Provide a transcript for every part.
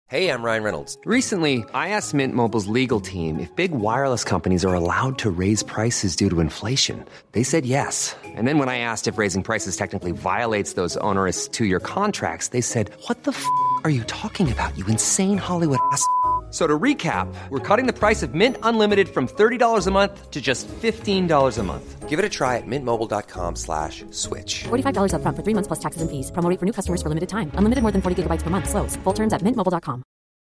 Hey, I'm Ryan Reynolds. Recently, I asked Mint Mobile's legal team if big wireless companies are allowed to raise prices due to inflation. They said yes. And then when I asked if raising prices technically violates those onerous two-year contracts, they said, "What the f*** are you talking about, you insane Hollywood ass?" So to recap, we're cutting the price of Mint Unlimited from $30 a month to just $15 a month. Give it a try at mintmobile.com/switch. $45 up front for 3 months plus taxes and fees. Promo rate for new customers for limited time. Unlimited more than 40 gigabytes per month. Slows full terms at mintmobile.com.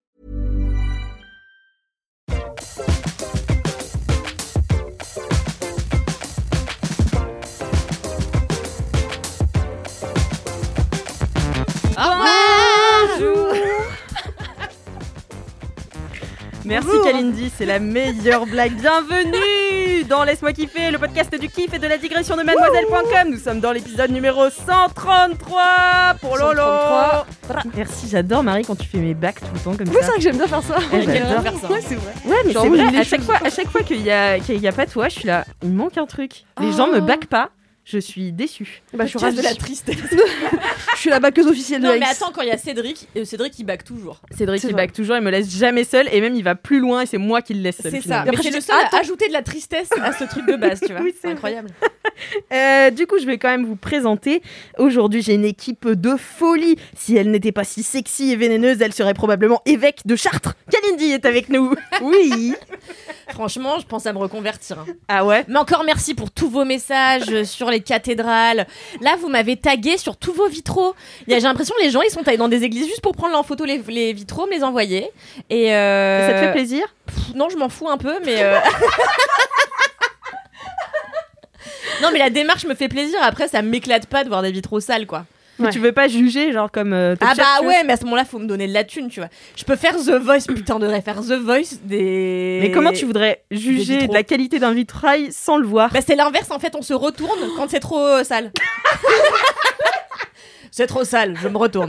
Merci Kalindi, c'est la meilleure blague. Bienvenue dans Laisse-moi kiffer, le podcast du kiff et de la digression de mademoiselle.com. Nous sommes dans l'épisode numéro 133 pour Lolo. 133. Merci, j'adore Marie quand tu fais mes bacs tout le temps comme ça. Oui, c'est vrai que j'aime bien faire ça. J'adore faire ça. Ouais, c'est vrai. Ouais, mais c'est vrai, à chaque fois qu'il y a pas toi, je suis là, il me manque un truc. Les gens me backent pas. Je suis déçue. Bah, je suis ravie de la tristesse. Je suis la backeuse officielle de Non, X. mais attends, quand il y a Cédric il back toujours. Cédric, il back toujours, il me laisse jamais seul et même il va plus loin et c'est moi qui le laisse seul. C'est finalement. ça. Mais c'est le seul à ajouter de la tristesse à ce truc de base, tu vois. Oui, c'est incroyable. Du coup, je vais quand même vous présenter. Aujourd'hui, j'ai une équipe de folie. Si elle n'était pas si sexy et vénéneuse, elle serait probablement évêque de Chartres. Kalindi est avec nous. Oui. Franchement, je pense à me reconvertir. Hein. Ah ouais. Mais encore merci pour tous vos messages sur les cathédrales. Là, vous m'avez tagué sur tous vos vitraux. J'ai l'impression que les gens, ils sont allés dans des églises juste pour prendre en photo les vitraux, me les envoyer. Et ça te fait plaisir ? Non, je m'en fous un peu, mais... Non, mais la démarche me fait plaisir. Après, ça m'éclate pas de voir des vitraux sales, quoi. Ouais. Tu veux pas juger, genre comme... ah bah ouais, mais à ce moment-là, faut me donner de la thune, tu vois. Je peux faire The Voice, putain, de faire The Voice des... Mais comment tu voudrais juger de la qualité d'un vitrail sans le voir ? Bah c'est l'inverse, en fait, on se retourne quand c'est trop sale. C'est trop sale, je me retourne.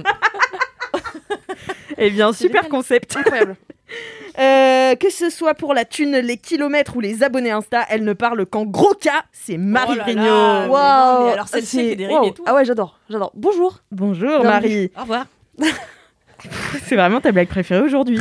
Eh bien, super génial. Concept. Incroyable. Que ce soit pour la thune, les kilomètres ou les abonnés Insta, elle ne parle qu'en gros cas, c'est Marie Vrigno. Waouh. Alors celle-ci fait des rimes et tout. Ah ouais, j'adore. Bonjour. Bonjour Marie. Au revoir. C'est vraiment ta blague préférée aujourd'hui.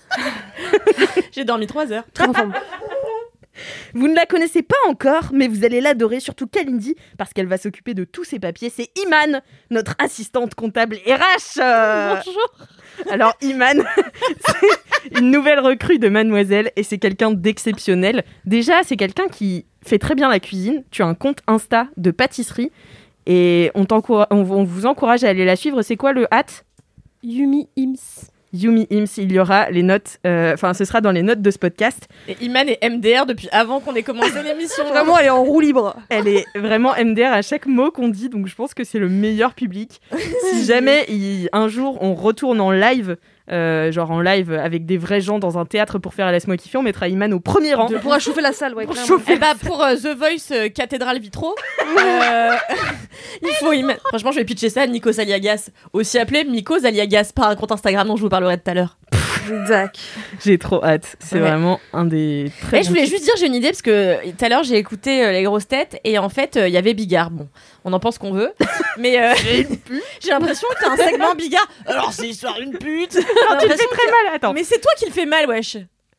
J'ai dormi 3 heures. Très en forme. Vous ne la connaissez pas encore, mais vous allez l'adorer, surtout Kalindi, parce qu'elle va s'occuper de tous ses papiers. C'est Iman, notre assistante comptable RH. Bonjour. Alors Iman, c'est une nouvelle recrue de Mademoiselle et c'est quelqu'un d'exceptionnel. Déjà, c'est quelqu'un qui fait très bien la cuisine. Tu as un compte Insta de pâtisserie et on vous encourage à aller la suivre. C'est quoi le hâte ? Yumi Ims. Yumi Ims, il y aura les notes, ce sera dans les notes de ce podcast. Et Iman est MDR depuis avant qu'on ait commencé l'émission. Vraiment, elle est en roue libre. Elle est vraiment MDR à chaque mot qu'on dit, donc je pense que c'est le meilleur public. Si jamais un jour on retourne en live, genre en live avec des vrais gens dans un théâtre pour faire Laisse-moi kiffer, on mettra Iman au premier rang. Pour chauffer la salle, ouais. Pour The Voice Cathédrale Vitro, il faut Iman. Franchement, je vais pitcher ça à Nikos Aliagas, aussi appelé Mikos Aliagas, par un compte Instagram dont je vous parlerai tout à l'heure. Zac. J'ai trop hâte. C'est vraiment un des très. Je voulais juste dire, j'ai une idée parce que tout à l'heure j'ai écouté Les Grosses Têtes et en fait il y avait Bigard. Bon, on en pense qu'on veut, mais j'ai l'impression que t'as un segment Bigard. Alors c'est l'histoire d'une pute. Alors, tu le fais très mal. Attends. Mais c'est toi qui le fais mal, wesh.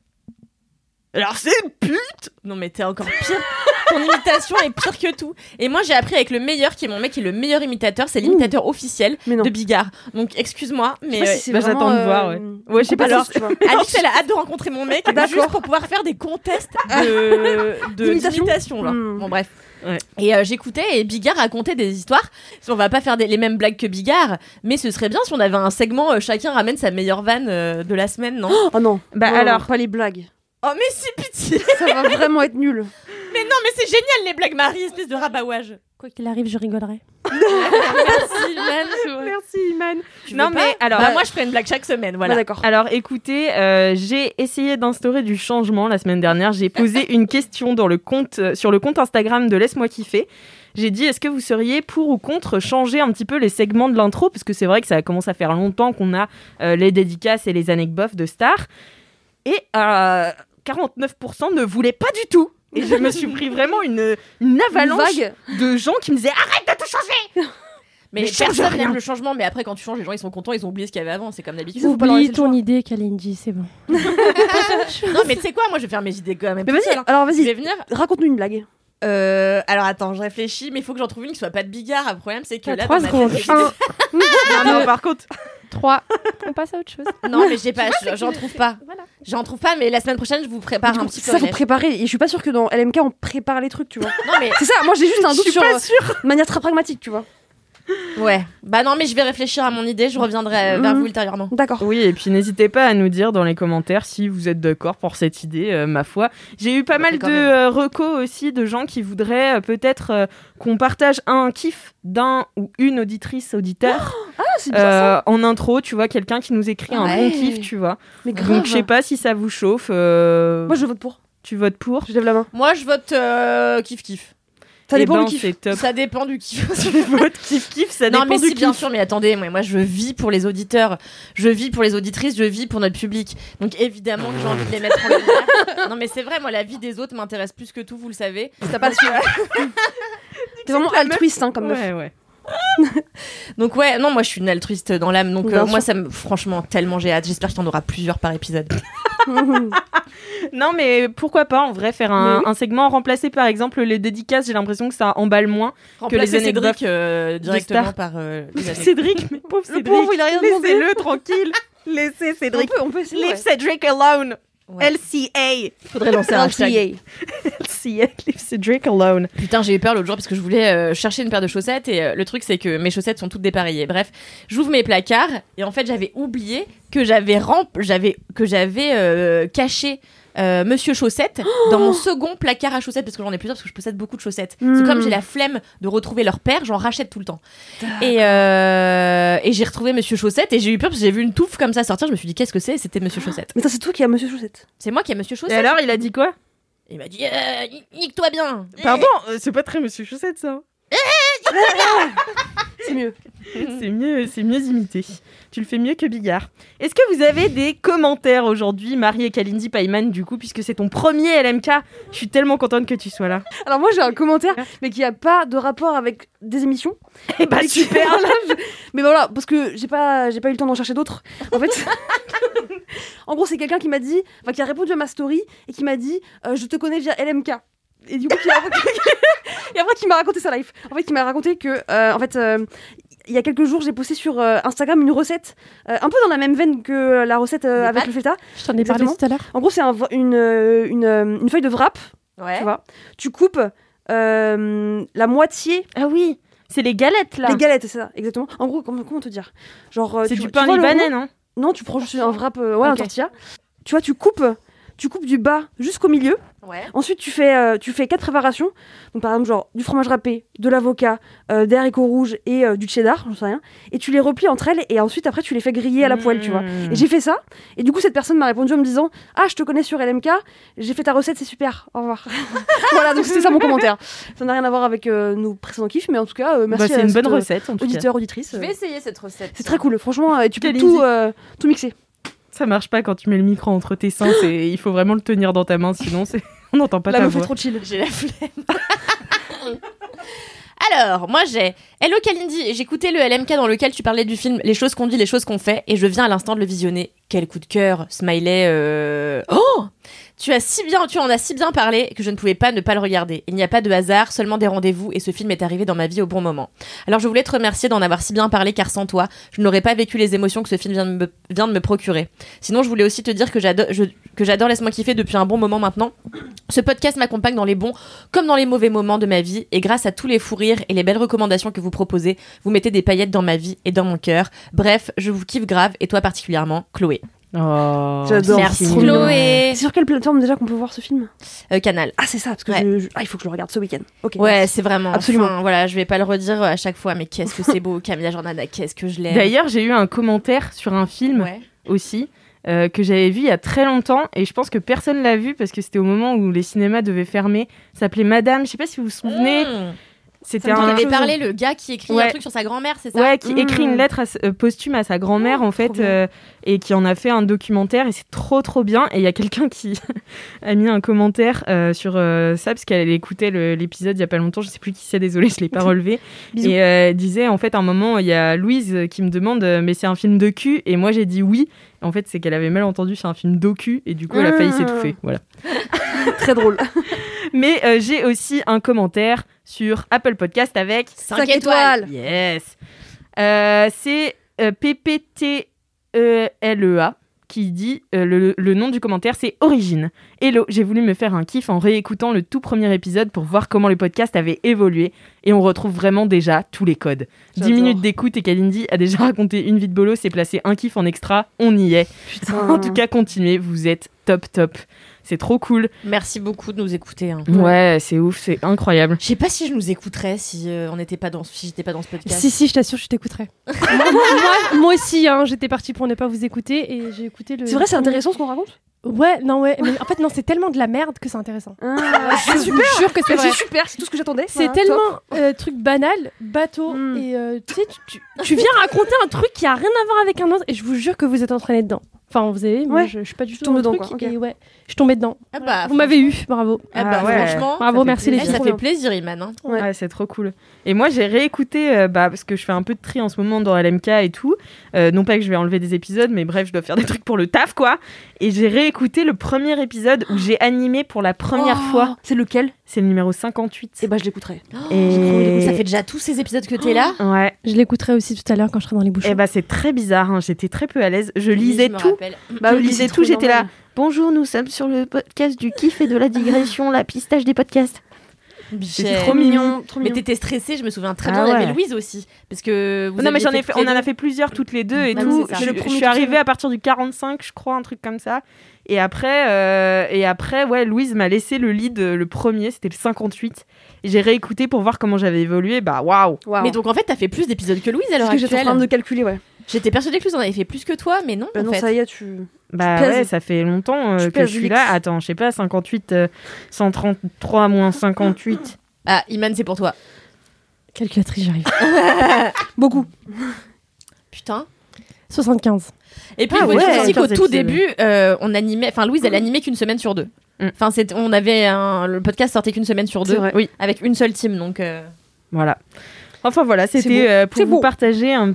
Alors c'est une pute. Non mais t'es encore pire. Ton imitation est pire que tout. Et moi j'ai appris avec le meilleur, qui est mon mec, qui est le meilleur imitateur, c'est l'imitateur officiel de Bigard. Donc excuse-moi, mais j'attends de voir. Ouais, je sais pas. Alors, Alix, elle a hâte de rencontrer mon mec, juste pour pouvoir faire des contests d'imitation. Bon bref. Ouais. Et j'écoutais et Bigard racontait des histoires. On va pas faire les mêmes blagues que Bigard, mais ce serait bien si on avait un segment chacun ramène sa meilleure vanne de la semaine, non ? Oh non. Bah non, alors non, pas les blagues. Oh mais si, pitié. Ça va vraiment être nul. Mais non, mais c'est génial les blagues Marie, espèce de rabawage. Quoi qu'il arrive, je rigolerai. Merci Iman. Merci Iman. Non mais alors moi je ferai une blague chaque semaine, voilà. Ah, d'accord. Alors écoutez, j'ai essayé d'instaurer du changement la semaine dernière. J'ai posé une question sur le compte Instagram de Laisse-moi kiffer. J'ai dit, est-ce que vous seriez pour ou contre changer un petit peu les segments de l'intro ? Parce que c'est vrai que ça commence à faire longtemps qu'on a les dédicaces et les anecdotes de stars. Et 49% ne voulaient pas du tout. Et je me suis pris vraiment une avalanche de gens qui me disaient « Arrête de tout changer !» Mais Ne change personne rien. n'aime le changement, mais après quand tu changes, les gens ils sont contents, ils ont oublié ce qu'il y avait avant, c'est comme d'habitude. Faut pas leur Oublie laisser le ton choix. idée, Kalindi, c'est bon. Non mais tu sais quoi, moi je vais faire mes idées quand même. Mais toute vas-y, seule, hein. alors Je vais vas-y, venir. raconte-nous une blague. Alors attends, je réfléchis, mais il faut que j'en trouve une qui soit pas de Bigard. Le problème c'est que là, 3 dans ma secondes. tête, 1, Non, par contre, 3. On passe à autre chose. non mais j'ai pas, j'en trouve pas. Voilà. J'en trouve pas, mais la semaine prochaine je vous prépare Du un coup, petit ça, faut florilège. préparer. Et je suis pas sûre que dans LMK, on prépare les trucs, tu vois. Non mais C'est ça, moi j'ai juste un doute je suis sur. pas sûre. De manière très pragmatique, tu vois. ouais, bah non mais je vais réfléchir à mon idée, je reviendrai vers vous ultérieurement. D'accord. Oui, et puis n'hésitez pas à nous dire dans les commentaires si vous êtes d'accord pour cette idée, ma foi. J'ai eu pas mal quand de recos aussi de gens qui voudraient peut-être qu'on partage un kiff d'un ou une auditeur Ah, c'est bien ça. en intro, tu vois, quelqu'un qui nous écrit un Ouais. bon kiff, tu vois. Mais grave. Donc je sais pas si ça vous chauffe. Moi je vote pour. Tu votes pour? Je lève la main. Moi je vote kiff. Ça Eh dépend ben, du kiff. c'est top. Ça dépend du kiff. Tu votes kiff, ça Non dépend mais du si bien kiff. sûr, mais attendez, moi je vis pour les auditeurs, je vis pour les auditrices, je vis pour notre public. Donc évidemment que j'ai envie de les mettre en lumière. Non mais c'est vrai, moi la vie des autres m'intéresse plus que tout, vous le savez. T'as pas su. T'es vraiment altruiste, hein, comme meuf. Ouais, ouais. Donc ouais, non, moi je suis une altruiste dans l'âme, donc Bien moi sûr. ça me franchement tellement j'ai hâte. J'espère qu'il y en aura plusieurs par épisode. Non, mais pourquoi pas en vrai faire Mais oui. un segment remplacé par exemple les dédicaces. J'ai l'impression que ça emballe moins. Remplacer les anecdotes Cédric directement stars. par les anecdotes. Cédric, mais pauvre Le Cédric. pauvre, il a rien demandé. Laissez-le tranquille. Laissez Cédric. On peut essayer. Leave Cédric alone. Ouais. LCA. Faudrait lancer un hashtag. LCA. Leave Cédric alone. Putain, j'ai eu peur l'autre jour parce que je voulais chercher une paire de chaussettes et le truc c'est que mes chaussettes sont toutes dépareillées. Bref, j'ouvre mes placards et en fait j'avais oublié que j'avais caché Monsieur Chaussette dans mon second placard à chaussettes parce que j'en ai plusieurs parce que je possède beaucoup de chaussettes. C'est comme j'ai la flemme de retrouver leur père, j'en rachète tout le temps. Et j'ai retrouvé Monsieur Chaussette et j'ai eu peur parce que j'ai vu une touffe comme ça sortir. Je me suis dit qu'est-ce que c'est? C'était Monsieur Chaussette. Mais ça, c'est toi qui as Monsieur Chaussette. C'est moi qui ai Monsieur Et Chaussette. alors, il a dit quoi? Il m'a dit nique-toi bien. Pardon, c'est pas très Monsieur Chaussette ça. C'est mieux. C'est mieux imité. Tu le fais mieux que Bigard. Est-ce que vous avez des commentaires aujourd'hui, Marie et Kalindi Payman, du coup, puisque c'est ton premier LMK? Je suis tellement contente que tu sois là. Alors moi j'ai un commentaire, mais qui a pas de rapport avec des émissions. Eh bah super. Mais voilà, parce que j'ai pas eu le temps d'en chercher d'autres. En fait, en gros c'est quelqu'un qui m'a dit, enfin qui a répondu à ma story et qui m'a dit, je te connais via LMK. Et du coup, et après, qui m'a raconté sa life. En fait, qui m'a raconté que, il y a quelques jours, j'ai posté sur Instagram une recette, un peu dans la même veine que la recette avec pâtes le feta. Je t'en ai parlé Exactement. tout à l'heure. En gros, c'est une feuille de wrap, Ouais. tu vois. Tu coupes la moitié. Ah oui, c'est les galettes là. Les galettes, c'est ça, exactement. En gros, comment te dire? Genre, C'est tu du tu pain vois le libanais, rond. non? Non, tu prends juste un wrap, un Ok. tortilla. Tu vois, tu coupes du bas jusqu'au milieu. Ouais. Ensuite, tu fais 4 préparations. Donc, par exemple, genre du fromage râpé, de l'avocat, des haricots rouges et du cheddar, j'en sais rien. Et tu les replies entre elles et ensuite, après, tu les fais griller à la poêle, tu vois. Et j'ai fait ça. Et du coup, cette personne m'a répondu en me disant: ah, je te connais sur LMK, j'ai fait ta recette, c'est super. Au revoir. Voilà, donc c'était ça mon commentaire. Ça n'a rien à voir avec nos précédents kiffs, mais en tout cas, merci Bah, à c'est une cette, bonne recette en tout cas. auditeur, auditrice. Je vais essayer cette recette. C'est très cool, franchement, et tu peux Kalindi. tout mixer. Ça marche pas quand tu mets le micro entre tes seins, il faut vraiment le tenir dans ta main, sinon on n'entend pas La ta meuf est voix. trop chill. J'ai la flemme. Alors, moi j'ai Hello Kalindi, j'écoutais le LMK dans lequel tu parlais du film Les choses qu'on dit, les choses qu'on fait, et je viens à l'instant de le visionner. Quel coup de cœur, smiley. Oh, tu en as si bien parlé que je ne pouvais pas ne pas le regarder. Il n'y a pas de hasard, seulement des rendez-vous, et ce film est arrivé dans ma vie au bon moment. Alors je voulais te remercier d'en avoir si bien parlé, car sans toi, je n'aurais pas vécu les émotions que ce film vient de me procurer. Sinon, je voulais aussi te dire que j'adore Laisse-moi kiffer depuis un bon moment maintenant. Ce podcast m'accompagne dans les bons comme dans les mauvais moments de ma vie, et grâce à tous les fous rires et les belles recommandations que vous proposez, vous mettez des paillettes dans ma vie et dans mon cœur. Bref, je vous kiffe grave, et toi particulièrement, Chloé. Oh, J'adore. Merci trop mignon. Chloé. C'est sur quelle plateforme déjà qu'on peut voir ce film? Canal. Ah, c'est ça, parce que Ouais. il faut que je le regarde ce week-end. Ok. Ouais, c'est vraiment. Absolument. Enfin, voilà, je vais pas le redire à chaque fois, mais qu'est-ce que c'est beau, Camilla Jordana, qu'est-ce que je l'aime. D'ailleurs, j'ai eu un commentaire sur un film Ouais. aussi que j'avais vu il y a très longtemps et je pense que personne l'a vu parce que c'était au moment où les cinémas devaient fermer. Ça s'appelait Madame, je sais pas si vous vous souvenez. C'était Ça me un avait parlé, le gars qui écrit Ouais. un truc sur sa grand-mère, c'est ça? Ouais, qui écrit une lettre posthume à sa grand-mère en fait, et qui en a fait un documentaire, et c'est trop bien. Et il y a quelqu'un qui a mis un commentaire sur ça parce qu'elle écoutait l'épisode il y a pas longtemps, je sais plus qui c'est, désolée, je l'ai pas relevé. Bisous. Et elle disait en fait à un moment il y a Louise qui me demande mais c'est un film de cul, et moi j'ai dit oui. En fait c'est qu'elle avait mal entendu, c'est un film docu, et du coup elle a failli s'étouffer. Voilà. Très drôle. Mais j'ai aussi un commentaire sur Apple Podcast avec 5 étoiles. Yes. C'est PPTLEA qui dit le nom du commentaire, c'est Origine. Hello, j'ai voulu me faire un kiff en réécoutant le tout premier épisode pour voir comment le podcast avait évolué, et on retrouve vraiment déjà tous les codes. 10 minutes d'écoute et Kalindi a déjà raconté une vie de bolos et placé un kiff en extra, on y est. Putain. En tout cas, continuez, vous êtes top. C'est trop cool. Merci beaucoup de nous écouter. Hein. Ouais, c'est ouf, c'est incroyable. Je sais pas si je nous écouterais si on n'était pas dans, si j'étais pas dans ce podcast. Si, je t'assure, je t'écouterai. moi aussi, hein, j'étais partie pour ne pas vous écouter et j'ai écouté le. C'est vrai, c'est intéressant ce qu'on raconte. Ouais, mais en fait, non, c'est tellement de la merde que c'est intéressant. C'est Je vous jure que c'est vrai. C'est super, c'est tout ce que j'attendais. C'est Voilà, top. tellement truc banal, bateau, et tu sais, tu viens raconter un truc qui a rien à voir avec un autre, et je vous jure que vous êtes entraîné dedans. Enfin, vous avez, moi, Ouais. je suis pas du tout Tombe dans le dedans, truc, quoi, ok. et ouais, je suis tombée dedans. Ah bah, Vous m'avez eu, bravo. Ah bah, Ah ouais. franchement, Bravo, ça fait merci les plaisir. filles. ça fait plaisir, Iman. Hein. Ouais. Ouais, c'est trop cool. Et moi, j'ai réécouté, parce que je fais un peu de tri en ce moment dans LMK et tout. Non pas que je vais enlever des épisodes, mais bref, je dois faire des trucs pour le taf, quoi. Et j'ai réécouté le premier épisode où j'ai animé pour la première fois. C'est lequel? C'est le numéro 58. Eh ben, je l'écouterai. Et... Ça fait déjà tous ces épisodes que t'es là. Ouais. Je l'écouterai aussi tout à l'heure quand je serai dans les bouchons. Et bah, c'est très bizarre. Hein. J'étais très peu à l'aise. Je lisais Je me tout. rappelle. Bah Je oui, lisais c'est tout. trop J'étais là. normal. Bonjour, nous sommes sur le podcast du kiff et de la digression, la pistache des podcasts. Bichette. C'est trop mignon. trop Mais mignon. t'étais stressée, je me souviens très Ah bien. Il y avait ouais. Louise aussi, parce que vous Non mais aviez on en a fait fait plusieurs toutes les deux et Ah oui, tout. c'est ça. Je, Le je premier suis tout arrivée seul. à partir du 45, je crois, un truc comme ça. Et après, ouais, Louise m'a laissé le lead, le premier, c'était le 58. Et j'ai réécouté pour voir comment j'avais évolué. Bah waouh. Waouh. Mais donc en fait, t'as fait plus d'épisodes que Louise à l'heure Parce que j'étais en actuelle. train de calculer, ouais. J'étais persuadée que Louise en avait fait plus que toi, mais non. Bah en non, fait. ça y est, tu. Bah pèses. ouais, ça fait longtemps Tu que pèses, je suis Lix. là. Attends, je sais pas, 58, 133 moins 58. Ah, Iman, c'est pour toi. Calculatrice, j'arrive. Beaucoup. Putain. 75. Et puis, Ah il faut ouais, dire aussi qu'au 15 tout épisodes. début, on animait. Enfin, Louise, elle animait qu'une semaine sur deux. Mm. Enfin, on avait le podcast sortait qu'une semaine sur deux, C'est vrai. Oui. avec une seule team. Donc, Voilà. Enfin voilà, C'est c'était beau. pour C'est vous beau. partager un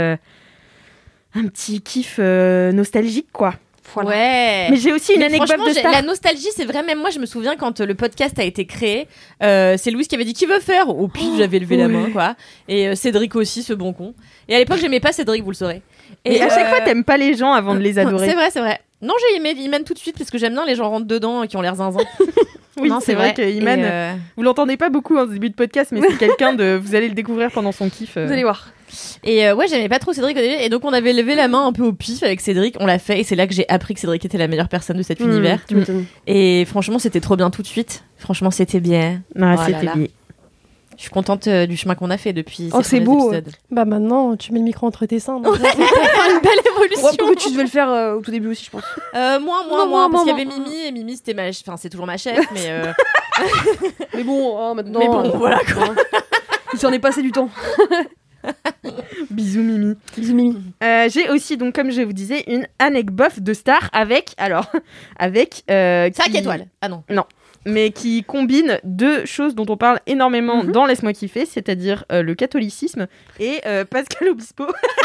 petit kiff nostalgique, quoi. Voilà. ouais. Mais j'ai aussi une Mais anecdote franchement, de star. la nostalgie, c'est vrai. Même moi, je me souviens quand le podcast a été créé, c'est Louise qui avait dit qui veut faire. Au pif, j'avais levé la main, quoi. Et Cédric aussi, ce bon con. Et à l'époque, j'aimais pas Cédric, vous le saurez. Et à chaque fois, t'aimes pas les gens avant de les adorer. C'est vrai, c'est vrai. Non, j'ai aimé Iman tout de suite parce que j'aime bien les gens rentrent dedans et qui ont l'air zinzin. Oui, Non, c'est vrai que Iman, Et, vous l'entendez pas beaucoup en début de podcast, mais c'est quelqu'un de. Vous allez le découvrir pendant son kiff. Vous allez voir. ouais, j'aimais pas trop Cédric au début. Et donc, on avait levé la main un peu au pif avec Cédric. On l'a fait et c'est là que j'ai appris que Cédric était la meilleure personne de cet univers. Tu m'étonnes. Et franchement, c'était trop bien tout de suite. Franchement, c'était bien. Ah, Oh là c'était là. bien. Je suis contente du chemin qu'on a fait depuis Oh, ces c'est premiers beau. épisodes. Bah maintenant, tu mets le micro entre tes seins. donc Une belle évolution. Ouais, pourquoi tu devais le faire au tout début aussi, je pense. Moi, Non, parce qu'il y moi. avait Mimi et Mimi c'était enfin c'est toujours ma chef, mais Mais bon, hein, maintenant. mais bon, voilà quoi. Il s'en est passé du temps. Bisous, Mimi. Bisous, Mimi. J'ai aussi, donc, comme je vous disais, une anecdote de star avec. Avec. 5 qui- étoiles. Ah non. Mais qui combine deux choses dont on parle énormément dans Laisse-moi kiffer, c'est-à-dire le catholicisme et Pascal Obispo.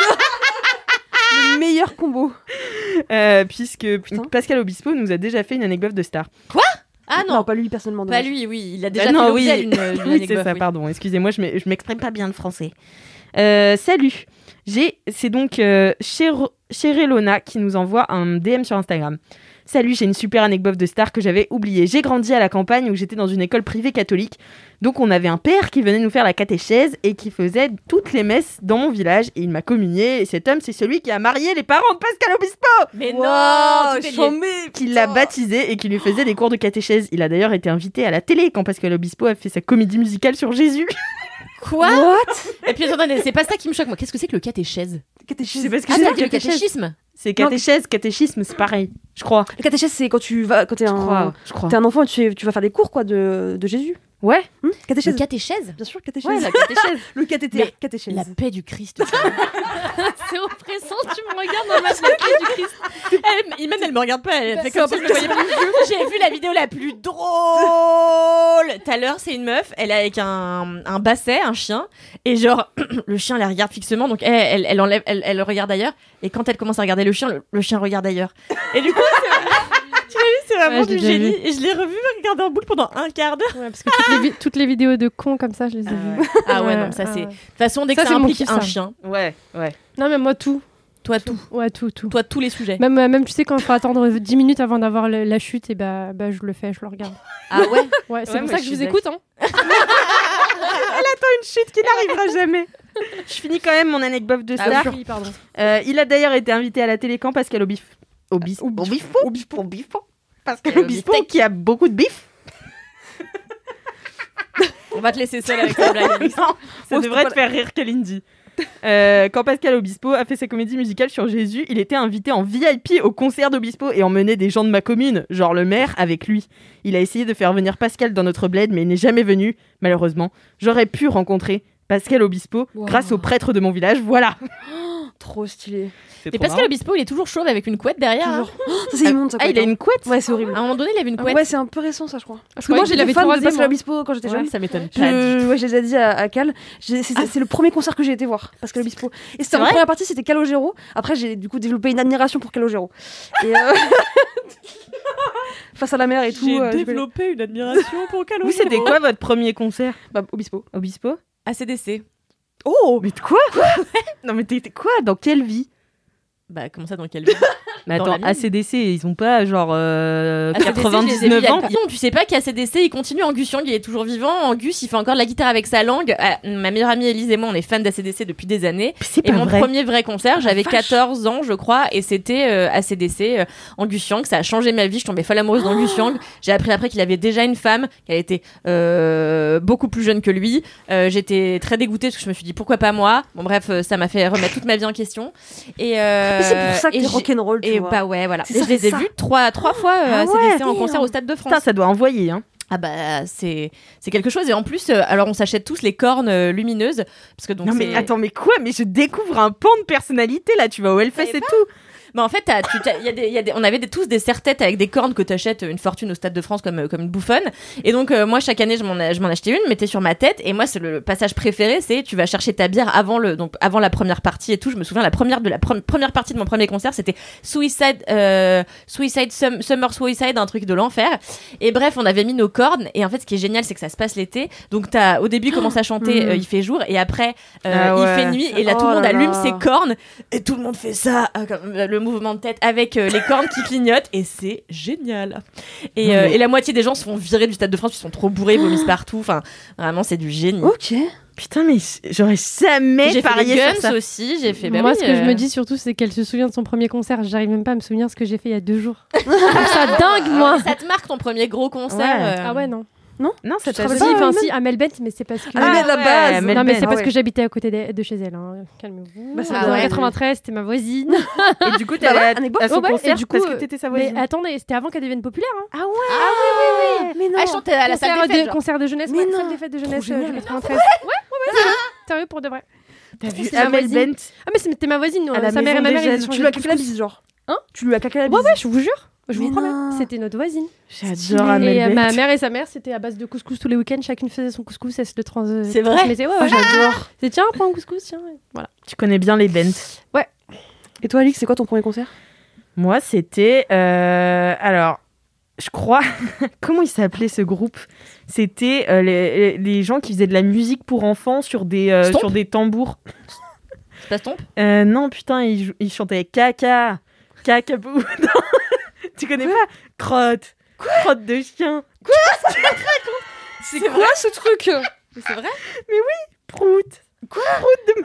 Le meilleur combo. Puisque Putain. Pascal Obispo nous a déjà fait une anecdote de star. Ah Non, non. pas lui personnellement. Pas dommage. lui, oui, il a déjà Ah non, fait oui. l'objet d'une Oui, c'est anecdote, ça, oui. pardon. Excusez-moi, je m'exprime pas bien le français. Salut. C'est donc Chérélona qui nous envoie un DM sur Instagram. Salut, j'ai une super anecdote de star que j'avais oubliée. J'ai grandi à la campagne où j'étais dans une école privée catholique. Donc on avait un père qui venait nous faire la catéchèse et qui faisait toutes les messes dans mon village. Et il m'a communié. Et cet homme, c'est celui qui a marié les parents de Pascal Obispo, Mais Wow, non, tout est lié. chambé, qui l'a baptisé et qui lui faisait des cours de catéchèse. Il a d'ailleurs été invité à la télé quand Pascal Obispo a fait sa comédie musicale sur Jésus. Quoi What? Et puis attendez, c'est pas ça qui me choque moi. Qu'est-ce que c'est que le catéchèse? Je sais pas ce que Ah, c'est. c'est le catéchisme. C'est catéchèse, catéchisme, c'est pareil, je crois. Le catéchèse, c'est quand tu vas, quand t'es Je crois. un enfant, tu vas faire des cours quoi de Jésus. Ouais. Catéchèse. Le catéchèse. Bien sûr, catéchèse. Ouais, la catéchèse. Le cathéter. Mais Catéchèse. La paix du Christ. C'est oppressant, tu me regardes dans ma tête du Christ. Imen, elle me regarde pas, elle fait c'est comme si je me voyais pas. J'ai vu la vidéo la plus drôle. Tout à l'heure, c'est une meuf, elle est avec un basset, un chien, et genre, le chien la regarde fixement, donc elle enlève, elle regarde ailleurs, et quand elle commence à regarder le chien regarde ailleurs. Et du coup, tu l'as vu, c'est vraiment Ouais, je l'ai du déjà génie. vu. Et je l'ai revu regarder en boucle pendant un quart d'heure. Ouais, parce que toutes les vidéos de cons comme ça, je les ai vues. Ah ouais, non, ça c'est. De toute façon, dès que Ça, ça c'est mon implique kiff, un ça. chien, Ouais. Non, mais moi, tout. toi tout. Ouais, tout. Toi, tous les sujets. Même tu sais, quand il faut attendre 10 minutes avant d'avoir la chute, et bah, je le fais, je le regarde. Ah ouais. Ouais, c'est Ouais, pour moi, ça que je je vous suis écoute. Hein. Une chute qui n'arrivera jamais. Je finis quand même mon anecdote de star. Oui, pardon. Il a d'ailleurs été invité à la télé quand Pascal Obispo. Pascal Obispo qui a beaucoup de bif. On va te laisser seule avec ta blague. Non, ça devrait te faire rire, Kalindi. Quand Pascal Obispo a fait sa comédie musicale sur Jésus, il était invité en VIP au concert d'Obispo et emmenait des gens de ma commune, genre le maire, avec lui. Il a essayé de faire venir Pascal dans notre bled, mais il n'est jamais venu, malheureusement. J'aurais pu rencontrer Pascal Obispo grâce au prêtre de mon village, voilà. Trop stylé. Et Pascal Obispo, il est toujours chauve avec une couette derrière. Hein. Ça, c'est immonde, ça. Ah, il a une couette. Ouais, c'est horrible. À un moment donné, il avait une couette. Ouais, c'est un peu récent, ça, je crois. Parce que croyais moi, qu'il j'étais avait fan de rasé, Pascal moi. Obispo quand j'étais jeune. Ça m'étonne pas. Ouais, je les ai dit à Cal. C'est le premier concert que j'ai été voir, Pascal Obispo. Et c'était en première partie, c'était Calogero. Après, j'ai du coup développé une admiration pour Calogero. Et face à la mer et tout. développé une admiration pour Calogero. Vous, c'était quoi votre premier concert? Bah, Obispo. Obispo? ACDC. Oh, mais de quoi? Non, mais t'es quoi? Dans quelle vie? Bah, comment ça, dans quelle vie? Mais Dans attends, la mienne. ACDC, ils ont pas genre ACDC, 99 ans? Non, tu sais pas qu'ACDC, il continue. Angus Young, il est toujours vivant. Angus, il fait encore de la guitare avec sa langue. Ma meilleure amie Elise et moi, on est fans d'ACDC depuis des années. C'est Et pas mon vrai. premier vrai concert, j'avais 14 ans, je crois, et c'était ACDC, Angus Young. Ça a changé ma vie. Je tombais folle amoureuse d'Angus Young. J'ai appris après qu'il avait déjà une femme, qu'elle était beaucoup plus jeune que lui. J'étais très dégoûtée parce que je me suis dit pourquoi pas moi. Bon, bref, ça m'a fait remettre toute ma vie en question. Et Mais c'est pour ça que et t'es j'ai- rock'n'roll, tu Et vois. bah ouais, voilà. C'est Et ça, je les ai c'est ça. vus trois fois ACDC en merde. concert au Stade de France. Putain, ça doit envoyer, hein. Ah bah c'est quelque chose. Et en plus, alors on s'achète tous les cornes lumineuses parce que donc Non, mais c'est- attends, mais quoi? Mais je découvre un pan de personnalité là, tu vas au Hellfest et tout. Bah en fait, on avait tous des serre-têtes avec des cornes que t'achètes une fortune au Stade de France comme une bouffonne. Et donc moi chaque année je m'en achetais une, mettais sur ma tête. Et moi c'est le passage préféré, c'est tu vas chercher ta bière avant la première partie et tout. Je me souviens la première partie de mon premier concert, c'était Summer Suicide, un truc de l'enfer. Et bref, on avait mis nos cornes. Et en fait, ce qui est génial, c'est que ça se passe l'été. Donc au début il commence à chanter, il fait jour, et après Ah ouais. il fait nuit. Et là tout le Oh monde là allume là. ses cornes et tout le monde fait ça, comme le mouvement de tête avec les cornes qui clignotent, et c'est génial. Et la moitié des gens se font virer du Stade de France, ils sont trop bourrés, ils vomissent partout. Enfin, vraiment, c'est du génie. Ok. Putain, mais j'aurais jamais J'ai fait parié les sur Guns ça. aussi, j'ai fait. bah Moi, oui, ce que je me dis surtout, c'est qu'elle se souvient de son premier concert. J'arrive même pas à me souvenir ce que j'ai fait il y a 2 jours. Je trouve ça dingue, moi. ça te marque ton premier gros concert. Ouais. Ah ouais, non. Non, ça te t'a rappelles Si, pas, enfin, Melbourne si, à Melbourne, mais c'est parce que. Ah, mais de la base. Melbourne. Non, mais c'est parce ouais. que j'habitais à côté de chez elle. Hein. Calmez-vous. Bah, ça C'était doit en être- 93, c'était ma voisine. Et du coup, t'es Bah ouais, allée anecdote. à son Ouais, et concert du coup, parce que t'étais sa Mais voisine. attendez, c'était avant qu'elle devienne populaire. Hein. Ah ouais. Mais non. Ah, je chantais à la salle des fêtes. genre. Concert de jeunesse, Mais ouais, non. salle des fêtes de jeunesse génial. du 93. Ouais, sérieux, pour de vrai. T'as vu C'est ma Amel voisine. Bent? Ah, mais c'était ma voisine. À la Sa mère et maison ma des mère, ils jeunes. échangeaient Tu lui as de claqué la couscous. bise, genre. Hein Tu lui as claqué la bise. Ouais, je vous jure. Je vous Mais promets. non. C'était notre voisine. J'adore Et Amel Bent. ma mère et sa mère, c'était à base de couscous tous les week-ends. Chacune faisait son couscous. Elle se le C'est vrai transmettait. Ouais, J'adore. C'est tiens, prends un couscous, tiens. Voilà. Tu connais bien les Bent. Et toi, Alix, c'est quoi ton premier concert? Moi, c'était... alors, je crois... Comment il s'appelait ce groupe? C'était les gens qui faisaient de la musique pour enfants sur des tambours. C'est pas ton Non, putain, ils chantaient caca. Cacabou. Non. Tu connais pas? Crotte. Crotte de chien. C'est quoi ce truc? C'est vrai? Prout. Prout de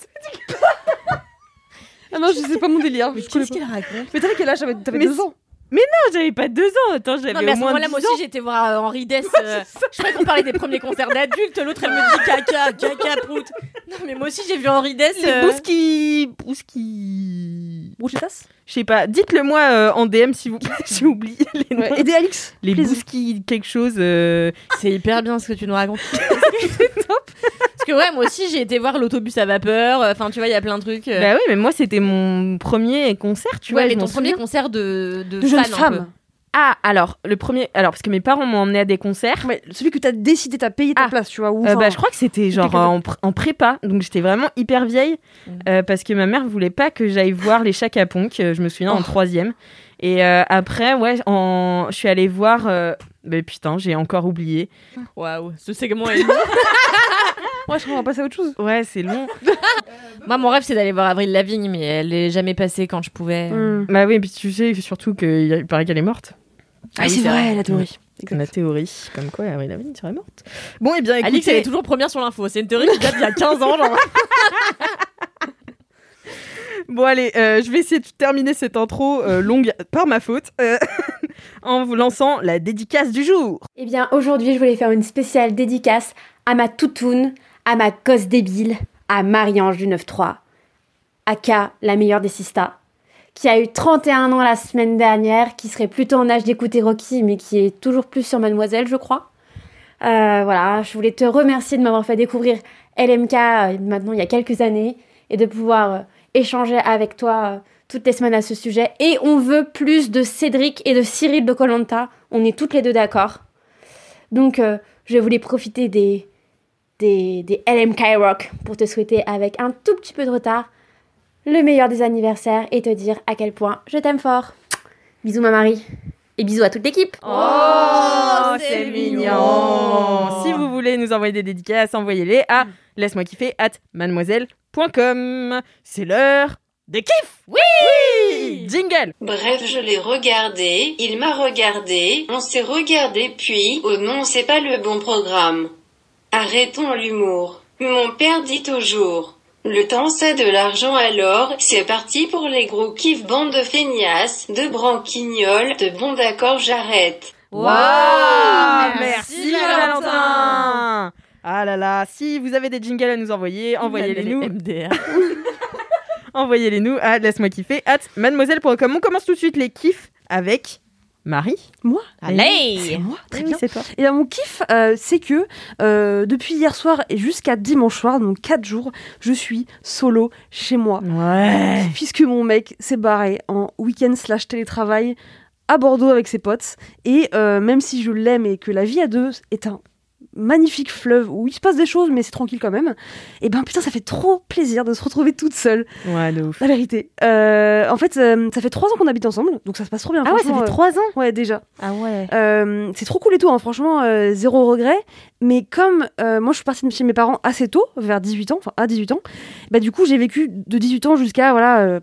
Ah non, je sais pas mon délire. Mais Je connais qu'est-ce pas. qu'il raconte? Mais t'avais quel âge? T'avais Mais 2 ans. Mais non, j'avais pas 2 ans. Attends, j'avais Non, mais à au ce moins moment-là, 10 moi ans. aussi, j'étais voir Henri Dess. Je croyais qu'on parlait des premiers concerts d'adultes. L'autre, elle me dit caca, prout. Non, mais moi aussi, j'ai vu Henri Dess. Les Brouchetas. Je sais pas. Dites-le moi en DM s'il vous plaît. J'ai oublié les noms. Ouais. Aidez Alix. Les please. Bouski quelque chose. C'est hyper bien ce que tu nous racontes. Parce que ouais, moi aussi, j'ai été voir l'autobus à vapeur. Enfin, tu vois, il y a plein de trucs. Bah oui, mais moi c'était mon premier concert, tu vois. ouais, je mais m'en ton premier souviens. concert de De jeune fan, un peu. femme. Ah, alors le premier. Alors parce que mes parents m'ont emmené à des concerts. Ouais, celui que t'as décidé, t'as payé ta Ah. place, tu vois. Ou, Bah, je crois que c'était genre en prépa, donc j'étais vraiment hyper vieille parce que ma mère voulait pas que j'aille voir les Chaka Ponk. Je me souviens en 3e. Et après, ouais, je suis allée voir. Mais putain, j'ai encore oublié. Waouh, ce segment est long. Ouais, je crois qu'on va passer à autre chose. Ouais, c'est long. Moi, mon rêve, c'est d'aller voir Avril Lavigne, mais elle est jamais passée quand je pouvais. Bah oui, et puis tu sais surtout qu'il paraît qu'elle est morte. Ah, c'est vrai, la théorie. La théorie, comme quoi Avril Lavigne serait morte. Bon, et bien écoutez. Alix, elle est toujours première sur l'info. C'est une théorie qui date d'il y a 15 ans, genre. Bon allez, je vais essayer de terminer cette intro longue par ma faute en vous lançant la dédicace du jour. Eh bien, aujourd'hui, je voulais faire une spéciale dédicace à ma toutoune, à ma gosse débile, à Marie-Ange du 9-3, aka la meilleure des sistas, qui a eu 31 ans la semaine dernière, qui serait plutôt en âge d'écouter Rocky, mais qui est toujours plus sur Mademoiselle, je crois. Voilà, je voulais te remercier de m'avoir fait découvrir LMK maintenant il y a quelques années, et de pouvoir échanger avec toi toutes les semaines à ce sujet. Et on veut plus de Cédric et de Cyril de Koh-Lanta. On est toutes les deux d'accord. Donc, je voulais profiter des LMK Rock pour te souhaiter avec un tout petit peu de retard le meilleur des anniversaires et te dire à quel point je t'aime fort. Bisous ma Marie. Et bisous à toute l'équipe. Oh, c'est mignon. Si vous voulez nous envoyer des dédicaces, envoyez-les à laisse-moi kiffer @mademoiselle.com. C'est l'heure des kiffs. Oui, jingle. Bref, je l'ai regardé, il m'a regardé, on s'est regardé puis, oh non, c'est pas le bon programme. Arrêtons l'humour. Mon père dit toujours, le temps c'est de l'argent alors, c'est parti pour les gros kiffs, bande de feignasses, de branquignoles, de bon d'accord j'arrête. Waouh, merci Valentin. Ah là là, si vous avez des jingles à nous envoyer, envoyez-les nous. MDR. Envoyez-les nous à laisse-moi kiffer @mademoiselle.com. On commence tout de suite les kiffs avec Marie. Moi Allez. C'est moi, très Oui, bien. c'est toi. Et bien, mon kiff, c'est que depuis hier soir et jusqu'à dimanche soir, donc 4 jours, je suis solo chez moi. Ouais. Puisque mon mec s'est barré en week-end/télétravail à Bordeaux avec ses potes. Et même si je l'aime et que la vie à deux est un magnifique fleuve où il se passe des choses, mais c'est tranquille quand même, et ben putain, ça fait trop plaisir de se retrouver toute seule. Ouais, de ouf. La vérité. En fait, ça fait 3 ans qu'on habite ensemble, donc ça se passe trop bien. Ah ouais, ça franchement, fait 3 ans. Ouais, déjà. Ah ouais. C'est trop cool et tout, hein, franchement, zéro regret. Mais comme moi je suis partie de chez mes parents assez tôt, vers 18 ans, enfin à 18 ans, bah du coup j'ai vécu de 18 ans jusqu'à voilà,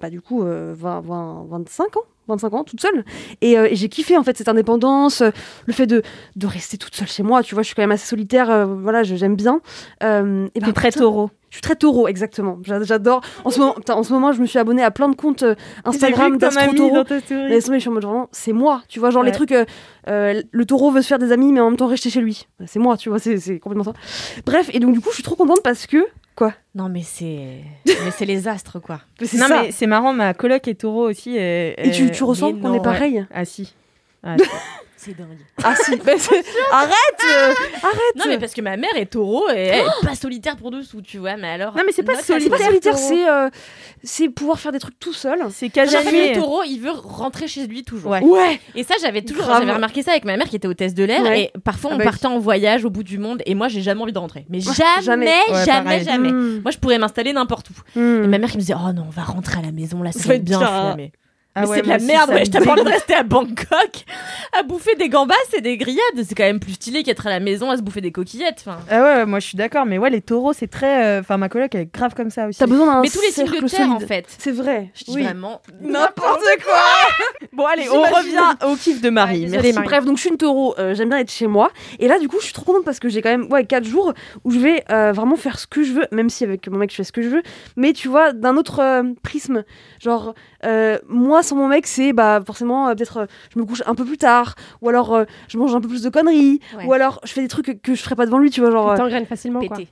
25 ans toute seule. Et j'ai kiffé en fait cette indépendance, le fait de rester toute seule chez moi, tu vois, je suis quand même assez solitaire, voilà, j'aime bien. Et ben, T'es très putain, taureau. Je suis très taureau, exactement. J'adore. En ce moment, je me suis abonnée à plein de comptes Instagram d'astro taureau. Mais je suis en mode vraiment, c'est moi, tu vois, genre les trucs, le taureau veut se faire des amis, mais en même temps rester chez lui. C'est moi, tu vois, c'est complètement ça. Bref, et donc du coup, je suis trop contente parce que, quoi. Non, mais c'est les astres, quoi. Non, mais c'est marrant, ma coloc est taureau aussi. Et tu ressens qu'on est pareil. Ouais. Ah si. Ah, si. C'est dingue. Ah si, arrête. Non, mais parce que ma mère est taureau et elle est pas solitaire pour dessous, tu vois. Mais alors. Non, mais c'est pas notre C'est pas solitaire. solitaire, c'est pouvoir faire des trucs tout seul. C'est Genre, le casanier. taureau, il veut rentrer chez lui toujours. Ouais. Ouais. Et ça, j'avais Grave. remarqué ça avec ma mère qui était hôtesse de l'air. Ouais. Et parfois, Ah on bah partait en voyage au bout du monde. Et moi, j'ai jamais envie de rentrer. Mais jamais. Ouais, pareil. Mmh. Moi, je pourrais m'installer n'importe où. Mmh. Et ma mère qui me disait, oh non, on va rentrer à la maison, là, Ça c'est va être bien. bien. Mais Ah ouais, c'est de moi la aussi, merde, ça ouais. me Je t'ai pas envie de dégoûte. rester à Bangkok à bouffer des gambas et des grillades. C'est quand même plus stylé qu'être à la maison à se bouffer des coquillettes. Enfin. Ah ouais, moi je suis d'accord, mais ouais, les taureaux, c'est très. Enfin, ma coloc, elle est grave comme ça aussi. T'as besoin d'un Mais tous les signes de cercle terre, en solide. fait. C'est vrai. Je dis vraiment. N'importe quoi. Bon, allez, on J'imagine. revient au kiff de Marie. Ouais, Merci. désolée, Marie. Bref, donc je suis une taureau, j'aime bien être chez moi. Et là, du coup, je suis trop contente parce que j'ai quand même 4 jours où je vais vraiment faire ce que je veux, même si avec mon mec, je fais ce que je veux. Mais tu vois, d'un autre prisme. Genre, Moi, sans mon mec, c'est forcément peut-être je me couche un peu plus tard, ou alors je mange un peu plus de conneries, ou alors je fais des trucs que je ferais pas devant lui, tu vois, genre. T'engraines facilement, Péter.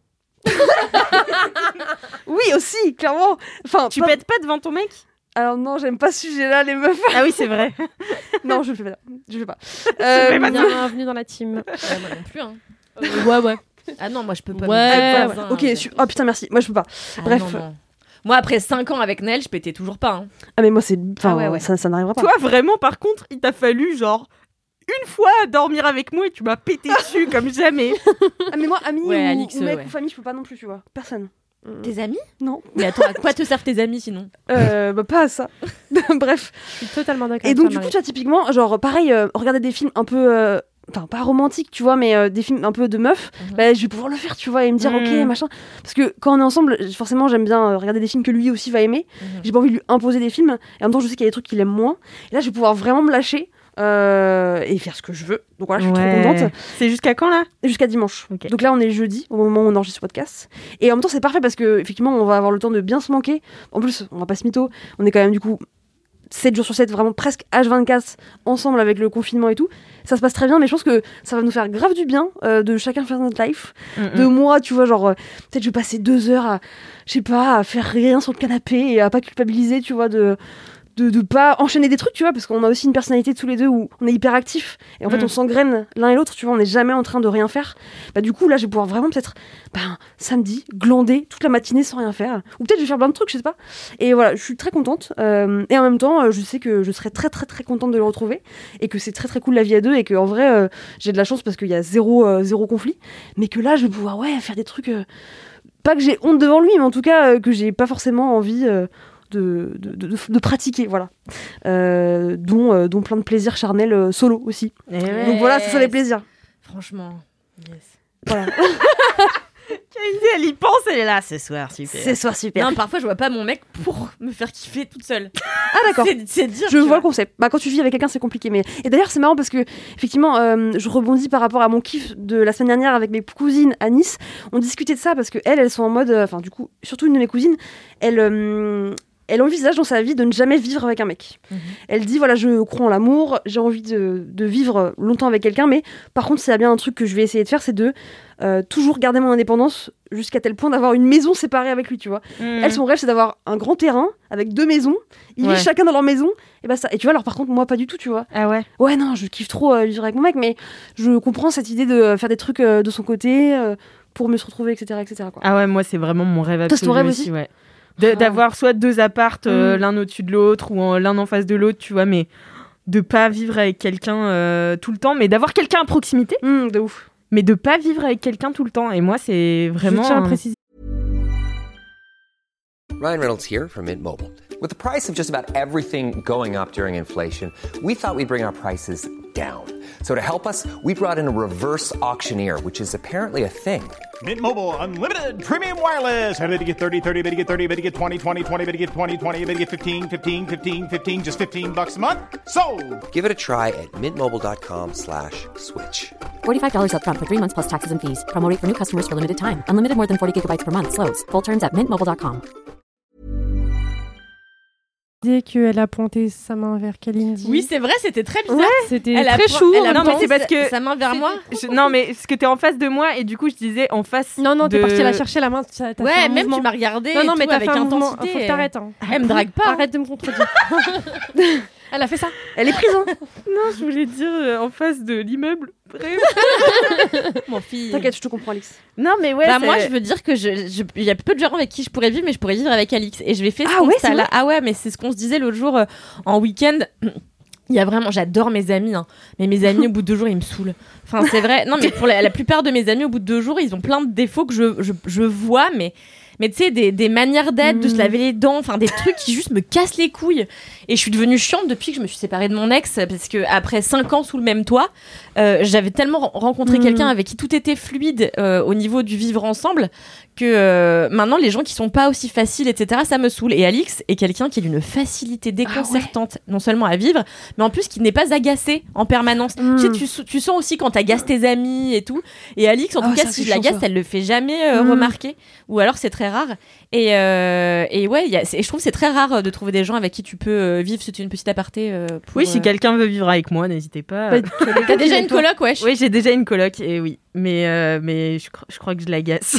Oui, aussi, clairement. Enfin, Tu pètes pas devant ton mec? Alors non, j'aime pas ce sujet-là, les meufs. Ah oui, c'est vrai. Non, je le fais pas. Je le fais pas. Bienvenue dans la team. Moi non plus. Hein. Ouais. Ah non, moi je peux pas. Ouais. Ok, oh putain, merci. Moi, je peux pas. Bref. Non. Moi, après 5 ans avec Nel, je pétais toujours pas. Hein. Ah, mais moi, c'est. Enfin, ouais. ça n'arrivera pas. Toi, vraiment, par contre, il t'a fallu genre une fois dormir avec moi et tu m'as pété dessus comme jamais. Ah, mais moi, amis Ouais, ou, Alix, ou mec ouais. ou famille, je peux pas non plus, tu vois. Personne. Tes amis? Non. Mais attends, à quoi te servent tes amis sinon? Pas à ça. Bref. Je suis totalement d'accord. Et donc, du coup, tu vois, typiquement, genre, pareil, regarder des films un peu. Enfin, pas romantiques, tu vois, mais des films un peu de meufs, je vais pouvoir le faire, tu vois, et me dire, ok, machin. Parce que quand on est ensemble, forcément, j'aime bien regarder des films que lui aussi va aimer. J'ai pas envie de lui imposer des films. Et en même temps, je sais qu'il y a des trucs qu'il aime moins. Et là, je vais pouvoir vraiment me lâcher. Et faire ce que je veux. Donc voilà, je suis trop contente. C'est jusqu'à quand là? Jusqu'à dimanche. Okay. Donc là, on est jeudi, au moment où on enregistre ce podcast. Et en même temps, c'est parfait parce que effectivement, on va avoir le temps de bien se manquer. En plus, on va pas se mytho. On est quand même du coup 7 jours sur 7, vraiment presque H24 ensemble avec le confinement et tout. Ça se passe très bien, mais je pense que ça va nous faire grave du bien de chacun faire notre life. De moi, tu vois, genre, peut-être je vais passer 2 heures à, je sais pas, à faire rien sur le canapé et à pas culpabiliser, tu vois, de pas enchaîner des trucs, tu vois, parce qu'on a aussi une personnalité tous les deux où on est hyper actifs et en fait on s'engraine l'un et l'autre, tu vois, on n'est jamais en train de rien faire. Du coup là je vais pouvoir vraiment peut-être samedi glander toute la matinée sans rien faire, ou peut-être je vais faire plein de trucs, je sais pas. Et voilà, je suis très contente et en même temps je sais que je serai très très très contente de le retrouver et que c'est très très cool la vie à deux et que en vrai j'ai de la chance parce qu'il y a zéro conflit, mais que là je vais pouvoir faire des trucs pas que j'ai honte devant lui, mais en tout cas que j'ai pas forcément envie de pratiquer, voilà. Dont plein de plaisirs charnels solo aussi. Donc voilà, ça fait plaisir. Franchement, yes. Voilà. Kalindi, elle y pense, elle est là ce soir, super. Ce soir, super. Non, parfois je vois pas mon mec pour me faire kiffer toute seule. Ah d'accord. C'est dire. Je vois le concept. Quand tu vis avec quelqu'un, c'est compliqué. Mais et d'ailleurs, c'est marrant parce que effectivement, je rebondis par rapport à mon kiff de la semaine dernière avec mes cousines à Nice. On discutait de ça parce que elles sont en mode, du coup, surtout une de mes cousines, elle envisage dans sa vie de ne jamais vivre avec un mec. Elle dit, voilà, je crois en l'amour, j'ai envie de vivre longtemps avec quelqu'un, mais par contre, s'il y a bien un truc que je vais essayer de faire, c'est de toujours garder mon indépendance jusqu'à tel point d'avoir une maison séparée avec lui, tu vois. Elle, son rêve, c'est d'avoir un grand terrain avec 2 maisons. Ils vivent chacun dans leur maison. Et ça. Et tu vois, alors par contre, moi, pas du tout, tu vois. Ah ouais? Ouais, non, je kiffe trop vivre avec mon mec, mais je comprends cette idée de faire des trucs de son côté pour mieux se retrouver, etc., quoi. Ah ouais, moi, c'est vraiment mon rêve absolu. Toi, c'est ton rêve aussi? Ouais. D'avoir soit 2 appartes, l'un au-dessus de l'autre, ou l'un en face de l'autre, tu vois, mais de pas vivre avec quelqu'un tout le temps, mais d'avoir quelqu'un à proximité. De ouf. Mais de pas vivre avec quelqu'un tout le temps. Et moi, c'est vraiment... Je tiens à préciser. Ryan Reynolds here from Mint Mobile. With the price of just about everything going up during inflation, we thought we'd bring our prices down. So to help us, we brought in a reverse auctioneer, which is apparently a thing. Mint Mobile Unlimited Premium Wireless. How to get 30, 30, bit to get 30, bit to get 20, 20, 20, bit to get 20, 20, bit to get 15, 15, 15, 15, just $15 a month? Sold! Give it a try at mintmobile.com/switch. $45 up front for 3 months plus taxes and fees. Promo rate for new customers for limited time. Unlimited more than 40 gigabytes per month. Slows full terms at mintmobile.com. Qu'elle a pointé sa main vers Kalindi. Oui, c'est vrai, c'était très bizarre. Ouais, c'était très chou. Non, mais c'est parce que sa main vers moi. Non, mais parce que t'es en face de moi et du coup je disais en face. Non, t'es partie la chercher la main. Ouais, même tu m'as regardé. Non, mais t'as avec fait un mouvement. intensité. Faut que t'arrêtes. Hein. Elle me drague pas. Arrête de me contredire. Elle a fait ça. Elle est prise. Non, je voulais dire en face de l'immeuble. Bref. Mon fille. T'inquiète, je te comprends, Alix. Non, mais ouais. Moi, je veux dire que il y a peu de gens avec qui je pourrais vivre, mais je pourrais vivre avec Alix. Et je vais faire ce constat-là. Ah ouais, mais c'est ce qu'on se disait l'autre jour en week-end. Il y a vraiment, j'adore mes amis, hein. Mais mes amis au bout de 2 jours ils me saoulent. Enfin c'est vrai. Non mais pour la plupart de mes amis au bout de 2 jours ils ont plein de défauts que je vois, mais tu sais des manières d'être, de se laver les dents, enfin des trucs qui juste me cassent les couilles. Et je suis devenue chiante depuis que je me suis séparée de mon ex, parce que après 5 ans sous le même toit, j'avais tellement rencontré quelqu'un avec qui tout était fluide au niveau du vivre ensemble que maintenant les gens qui sont pas aussi faciles, etc., ça me saoule. Et Alix est quelqu'un qui a une facilité déconcertante, non seulement à vivre, mais en plus qui n'est pas agacé en permanence. Tu sais, tu sens aussi quand t'agaces tes amis et tout. Et Alix, en tout cas, si je l'agace, elle le fait jamais remarquer. Ou alors c'est très très rare. Et ouais, et je trouve que c'est très rare de trouver des gens avec qui tu peux vivre. C'était une petite aparté. Oui, si quelqu'un veut vivre avec moi, n'hésitez pas. T'as déjà une coloc, wesh? Oui, j'ai déjà une coloc, et oui. Mais je crois que je l'agace.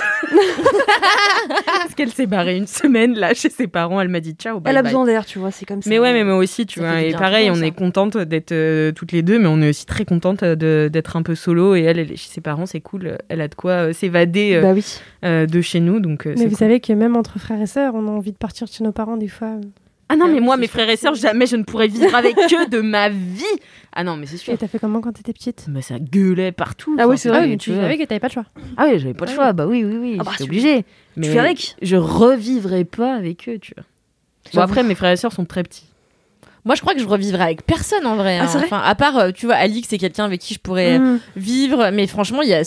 Parce qu'elle s'est barrée une semaine là chez ses parents. Elle m'a dit ciao. Bye, elle a bye. besoin d'air, tu vois, c'est comme ça. Mais ouais, mais moi aussi, tu vois. Et pareil, on est contente d'être toutes les deux, mais on est aussi très contente d'être un peu solo. Et elle est chez ses parents, c'est cool. Elle a de quoi s'évader de chez nous. Donc, mais vous savez que même entre frères et sœurs, on a envie de partir de chez nos parents des fois. Ah non, mais moi, mes frères et sœurs, jamais je ne pourrais vivre avec eux de ma vie. Ah non, mais c'est sûr. Et t'as fait comment quand t'étais petite? Mais ça gueulait partout. Ah oui, c'est vrai. Mais tu savais que t'avais pas de choix. Ah oui, j'avais pas de choix. Bah oui. J'étais obligée. Mais tu fais avec. Je revivrais pas avec eux, tu vois. Bon, après, mes frères et sœurs sont très petits. Moi, je crois que je revivrai avec personne en vrai. Ah, c'est vrai. Enfin, à part, tu vois, Alix, c'est quelqu'un avec qui je pourrais vivre. Mais franchement, il y a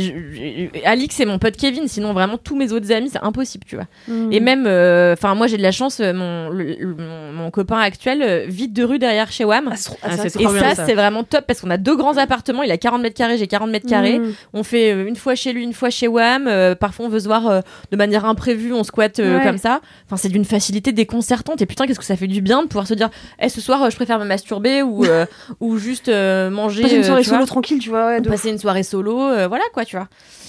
Alix et mon pote Kevin. Sinon, vraiment, tous mes autres amis, c'est impossible, tu vois. Et même, enfin, moi, j'ai de la chance. Mon copain actuel vit 2 rues derrière chez WAM. Et ça, c'est vraiment top parce qu'on a 2 grands appartements. Il a 40 mètres carrés, j'ai 40 mètres carrés. On fait une fois chez lui, une fois chez WAM. Parfois, on veut se voir de manière imprévue. On squatte comme ça. Enfin, c'est d'une facilité déconcertante. Et putain, qu'est-ce que ça fait du bien de pouvoir se dire, ce soir je préfère me masturber ou juste manger, passer une soirée solo tranquille, tu vois, passer une soirée solo, voilà quoi, tu vois.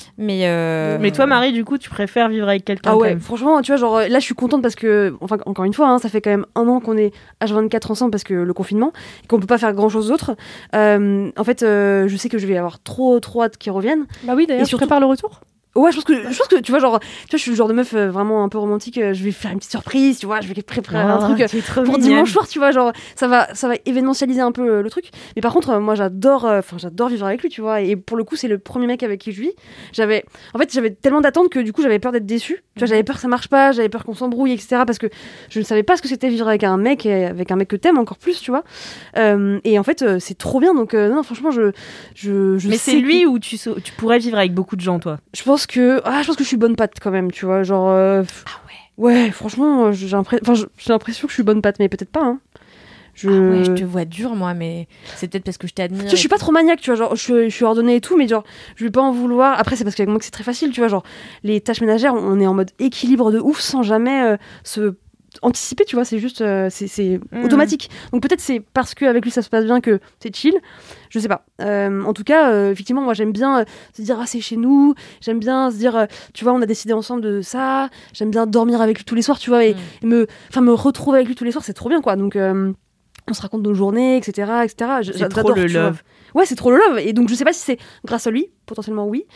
Mais toi, Marie, du coup, tu préfères vivre avec quelqu'un? Ah ouais, franchement, tu vois, genre là, je suis contente parce que, enfin, encore une fois, ça fait quand même 1 an qu'on est H24 ensemble parce que le confinement et qu'on peut pas faire grand chose d'autre. En fait, je sais que je vais avoir trop hâte qu'ils reviennent. Bah oui, d'ailleurs, tu prépares le retour. Ouais, je pense que tu vois, genre, je suis le genre de meuf vraiment un peu romantique. Je vais faire une petite surprise, tu vois, je vais préparer un truc pour dimanche soir, tu vois, genre, ça va événementialiser un peu le truc. Mais par contre, moi, j'adore vivre avec lui, tu vois. Et pour le coup, c'est le premier mec avec qui je vis. J'avais tellement d'attentes que du coup, j'avais peur d'être déçue. Tu vois, j'avais peur que ça marche pas, j'avais peur qu'on s'embrouille, etc. Parce que je ne savais pas ce que c'était vivre avec un mec et avec un mec que t'aimes encore plus, tu vois. Et en fait, c'est trop bien. Donc, non, franchement, Mais c'est lui où tu pourrais vivre avec beaucoup de gens, toi? Je pense que je suis bonne patte quand même, tu vois, genre ouais, franchement, j'ai l'impression que je suis bonne patte, mais peut-être pas, hein. Ah ouais, je te vois dur, moi, mais c'est peut-être parce que je t'admire. Tu sais, je suis pas trop maniaque, tu vois, genre je suis ordonnée et tout, mais genre je vais pas en vouloir. Après, c'est parce qu'avec moi que c'est très facile, tu vois, genre les tâches ménagères, on est en mode équilibre de ouf sans jamais se anticiper, tu vois, c'est juste c'est automatique. Donc peut-être c'est parce qu'avec lui ça se passe bien que c'est chill, je sais pas. En tout cas, effectivement, moi j'aime bien se dire c'est chez nous, j'aime bien se dire tu vois, on a décidé ensemble de ça, j'aime bien dormir avec lui tous les soirs, tu vois, et me retrouver avec lui tous les soirs, c'est trop bien, quoi. Donc on se raconte nos journées, etc. C'est trop le love. Ouais, c'est trop le love. Et donc, je sais pas si c'est grâce à lui, potentiellement oui.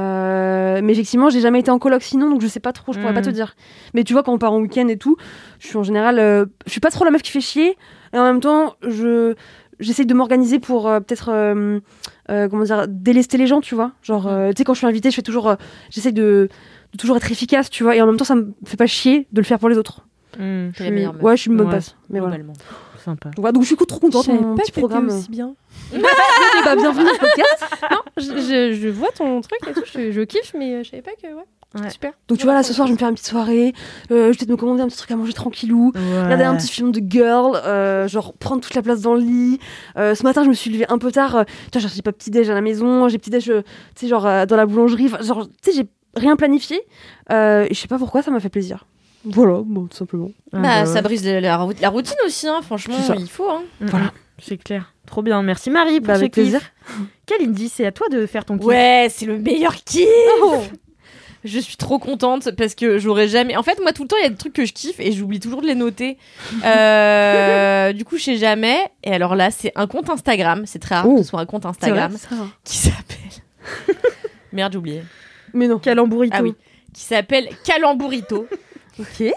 Mais effectivement, j'ai jamais été en coloc sinon, donc je sais pas trop, je pourrais pas te dire. Mais tu vois, quand on part en week-end et tout, je suis en général. Je suis pas trop la meuf qui fait chier. Et en même temps, j'essaye de m'organiser pour peut-être. Comment dire, délester les gens, tu vois. Genre, tu sais, quand je suis invitée, je fais toujours. J'essaye de toujours être efficace, tu vois. Et en même temps, ça me fait pas chier de le faire pour les autres. C'est la meilleure meuf. Ouais, je suis une bonne passe. Mais voilà. Sympa. Ouais, donc je suis trop contente de mon petit programme. Aussi bien. Bah, bienvenue au podcast. Non, je vois ton truc et tout, je kiffe, mais je savais pas que ouais. Super. Donc tu vois là, ce soir je vais me faire une petite soirée, je vais peut-être me commander un petit truc à manger tranquillou, regarder un petit film de girl, genre prendre toute la place dans le lit. Ce matin je me suis levée un peu tard, tu vois, j'ai pas petit déj à la maison, j'ai petit déj, tu sais, genre dans la boulangerie, genre tu sais, j'ai rien planifié et je sais pas pourquoi, ça m'a fait plaisir. Voilà, bon, tout simplement. Ça brise la routine aussi, hein, franchement, il faut. Hein. Voilà. C'est clair. Trop bien. Merci Marie pour ce avec kiff. plaisir. Kalindi, c'est à toi de faire ton kiff. Ouais, c'est le meilleur kiff. Je suis trop contente parce que j'aurais jamais. En fait, moi, tout le temps, il y a des trucs que je kiffe et j'oublie toujours de les noter. Du coup, je sais jamais. Et alors là, c'est un compte Instagram. C'est très rare que ce soit un compte Instagram qui s'appelle. Merde, j'ai oublié. Mais non. Calambourito. Ah oui. Qui s'appelle Calambourito. Ok.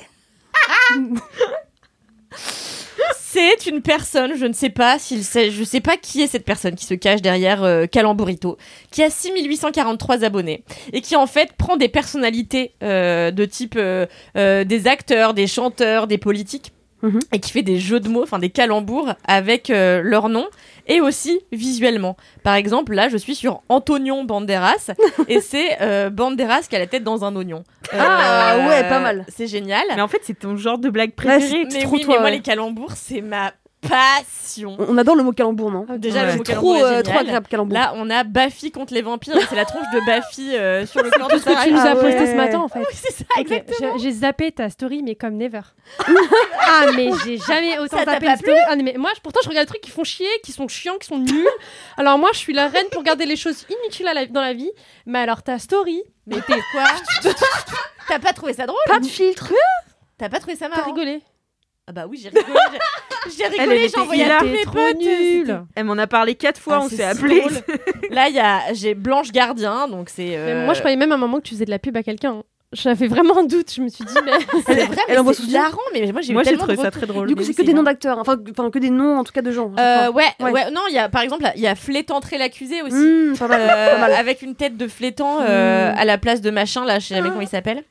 C'est une personne, je ne sais pas je sais pas qui est cette personne qui se cache derrière Calambourito, qui a 6843 abonnés et qui en fait prend des personnalités de type des acteurs, des chanteurs, des politiques et qui fait des jeux de mots, enfin des calembours avec leur nom et aussi visuellement. Par exemple, là, je suis sur Antonion Banderas et c'est Banderas qui a la tête dans un oignon. Ouais, pas mal. C'est génial. Mais en fait, c'est ton genre de blague préférée. Mais oui, mais moi, les calembours, c'est passion. On adore le mot calembour, non? Déjà, le mot trop, calembour est trop génial. agréable, calembour. Là, on a Buffy contre les vampires. C'est la tronche de Buffy sur le corps de Tout ce que Sarah. tu nous as Ah posté ouais. ce matin, en fait. Oui, c'est ça, Ok, exactement. j'ai zappé ta story, mais comme never. Ah, mais j'ai jamais autant Ça t'a zappé pas une story. Ah, mais moi, pourtant, je regarde des trucs qui font chier, qui sont chiants, qui sont nuls. Alors, moi, je suis la reine pour garder les choses inutiles dans la vie. Mais alors, ta story, Mais t'es quoi? T'as pas trouvé ça drôle? Pas de filtre. T'as pas trouvé ça t'as marrant? rigolé. Ah bah oui, j'ai rigolé. J'ai Elle rigolé, était j'ai envoyé à tous hilarante. mes Trop potes. nul. Elle m'en a parlé 4 fois, Ah, on c'est s'est si appelé. drôle. Là, j'ai Blanche Gardien, donc c'est. Mais moi, je croyais même à un moment que tu faisais de la pub à quelqu'un. hein. J'avais vraiment un doute. Je me suis dit, mais. C'est vrai, Elle envoie c'est sous hilarant, mais moi j'ai eu Moi, j'ai tellement trouvé de ça retours. très drôle. Du coup, Mais c'est oui, que des hilarant. noms d'acteurs. Enfin, que des noms, en tout cas, de gens. à chaque fois. Ouais. Non, il y a par exemple, il y a Flétentrer l'accusé aussi. Pas mal. Pas mal. Avec une tête de flétan à la place de machin, là, je sais jamais comment il s'appelle.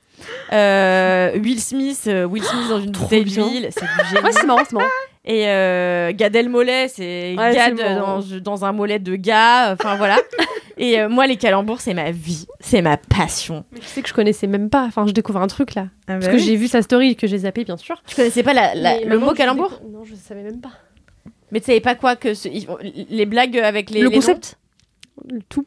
Will Smith dans une bouteille bien. d'huile, c'est du génie. Ouais, c'est marrant, c'est marrant. Et Gad Elmaleh, c'est Ouais, Gad c'est marrant. dans un mollet de gars, enfin voilà. Et moi, les calembours, c'est ma vie, c'est ma passion. Mais tu sais que je connaissais même pas. Enfin, je découvre un truc là. Ah bah Parce que oui. j'ai vu sa story que j'ai zappé, bien sûr. Tu connaissais pas Mais le maintenant mot que je calembour? Non, je savais même pas. Mais tu savais pas quoi que les blagues avec les Le les concept. Tout.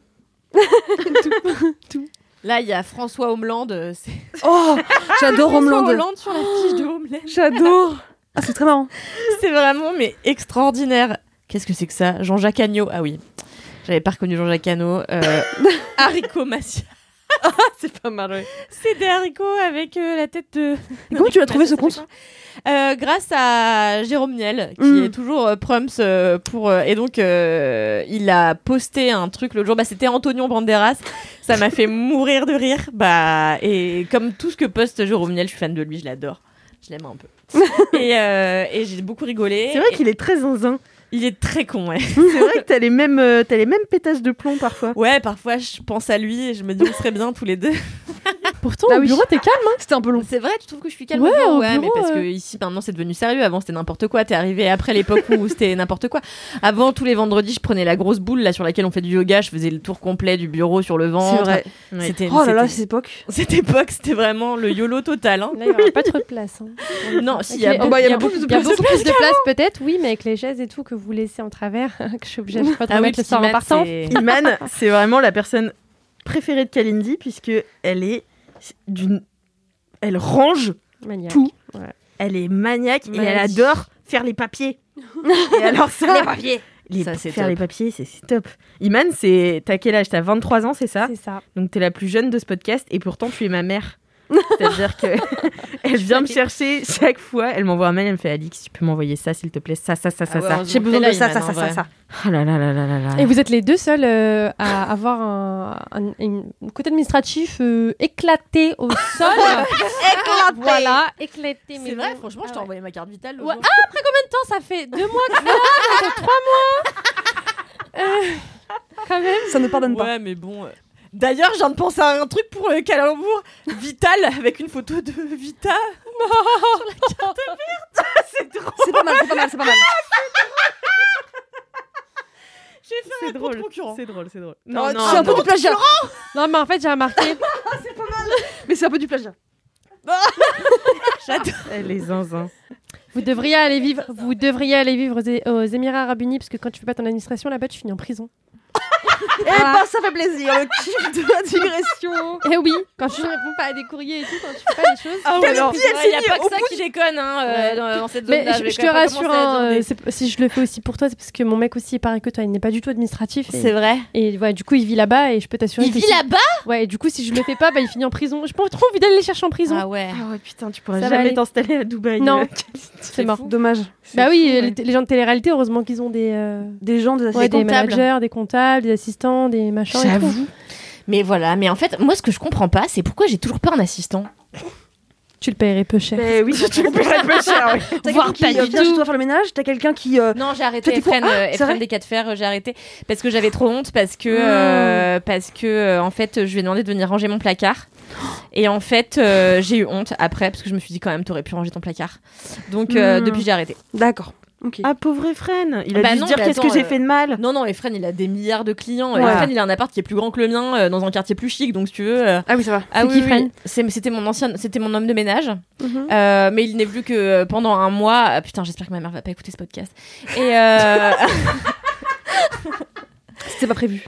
noms. Là, il y a François Homeland. C'est Oh, j'adore François Homeland. Hollande sur la fiche de Homeland. J'adore. Ah, c'est très marrant. C'est vraiment mais extraordinaire. Qu'est-ce que c'est que ça? Jean-Jacques Agneau. Ah oui. J'avais pas reconnu Jean-Jacques Agneau. Haricots Massia. C'est pas mal, ouais. C'est des haricots avec la tête de... Et comment tu l'as trouvé, ce compte? Grâce à Jérôme Niel, qui est toujours Prums pour... et donc, il a posté un truc l'autre jour. Bah, c'était Antonio Banderas. Ça m'a fait mourir de rire. Bah, et comme tout ce que poste Jérôme Niel, je suis fan de lui, je l'adore. Je l'aime un peu. et j'ai beaucoup rigolé. C'est vrai qu'il est très zinzin. Il est très con, ouais. C'est vrai que t'as les mêmes pétasses de plomb parfois. Ouais, parfois je pense à lui et je me dis on serait bien tous les deux. Pourtant, Ah au oui. bureau, t'es calme. Hein. C'était un peu long. C'est vrai, tu trouves que je suis calme Ouais, au bureau? au Ouais, bureau, mais parce que ici maintenant c'est devenu sérieux. Avant c'était n'importe quoi. T'es arrivé après l'époque où c'était n'importe quoi. Avant, tous les vendredis, je prenais la grosse boule là sur laquelle on fait du yoga. Je faisais le tour complet du bureau sur le ventre. C'est vrai. Ouais. C'était, Oh là là, c'était- cette époque. cette époque, c'était vraiment le YOLO total. Hein. Là, il y aura pas trop de place. Hein. Non, si, Avec il y a les- beaucoup- bah, il y a beaucoup de place, peut-être, oui, mais avec les chaises et tout que vous laissez en travers, que je suis obligée de pas Ah oui, remettre le soir en Iman, partant. c'est- Iman, c'est vraiment la personne préférée de Kalindi puisque elle est d'une... Elle range Maniaque. tout. Ouais. Elle est maniaque et Maladie. elle adore faire les papiers. Et alors ça... Les papiers. Ça, c'est faire top. les papiers, c'est top. Iman, t'as quel âge? T'as 23 ans, c'est ça? C'est ça. Donc t'es la plus jeune de ce podcast et pourtant tu es ma mère. C'est-à-dire que elle vient me chercher chaque fois, elle m'envoie un mail, elle me fait Alix, tu peux m'envoyer ça s'il te plaît, ça. J'ai besoin de ça. Oh là là là là là là. Et vous êtes les deux seuls à avoir un côté administratif éclaté au sol. Éclaté. Voilà, éclaté. C'est mais vrai, bon. franchement, je t'ai envoyé ma carte vitale. Ouais. Ah, après combien de temps? Ça fait 2 mois que tu es là? Ça fait 3 mois. Quand même. Ça ne pardonne pas. Ouais, mais bon. D'ailleurs, je viens de penser à un truc pour Calembour. Vital, avec une photo de Vita. C'est pas mal, c'est pas mal, c'est pas mal. J'ai fait C'est un drôle, compte concurrent. c'est drôle. C'est Non, un peu du plagiat. Non, mais en fait, j'ai remarqué. Mais c'est un peu du plagiat. J'adore. Elle est zinzin. Vous devriez aller vivre aux Émirats Arabes Unis parce que quand tu fais pas ton administration là-bas, tu finis en prison. Eh ben, ça fait plaisir, le kiff de la digression. Et oui, quand tu réponds pas à des courriers et tout, quand tu fais pas les choses. Ah Ouais, ouais, non, non. il n'y a pas que ça qui déconne dans cette Mais zone-là. je te rassure, hein, si je le fais aussi pour toi, c'est parce que mon mec aussi est pareil que toi, il n'est pas du tout administratif. C'est vrai. Et ouais, du coup, il vit là-bas et je peux t'assurer. Il que vit si- là-bas? Ouais, et du coup, si je le fais pas, bah, il finit en prison. J'ai pas trop envie d'aller les chercher en prison. Ah ouais. Ah ouais, putain, tu pourras Ça va jamais aller. t'installer à Dubaï. Non. C'est mort. Dommage. Bah oui, fou, ouais. les gens de télé-réalité, heureusement qu'ils ont des Des gens, des ouais, des comptables. managers, des comptables, des assistants, des machins. et tout. J'avoue. Mais voilà, mais en fait, moi, ce que je comprends pas, c'est pourquoi j'ai toujours pas un assistant. Tu le paierais peu cher. Mais oui, tu le paierais peu cher. Oui. T'as Voire quelqu'un qui pas du vient chez tout. toi faire le ménage, t'as quelqu'un qui. Non, j'ai arrêté Toi, t'es pour- Efren, Ah, c'est Efren vrai des cas de fer, j'ai arrêté parce que j'avais trop honte parce que en fait, je lui ai demandé de venir ranger mon placard. Et en fait, j'ai eu honte après parce que je me suis dit quand même t'aurais pu ranger ton placard. Donc depuis j'ai arrêté. D'accord. Ok. Ah, pauvre Efren. Il a Bah dû non, se dire mais qu'est-ce que attends, j'ai fait de mal. Non, Efren, il a des milliards de clients. Ouais. Efren, il a un appart qui est plus grand que le mien, dans un quartier plus chic, donc si tu veux. Ah oui, ça va. Ah C'est oui, qui, oui, Fran oui. C'était mon homme de ménage. Mhm. Mais il n'est venu que pendant un mois. Ah, putain, j'espère que ma mère va pas écouter ce podcast. Et C'était pas prévu.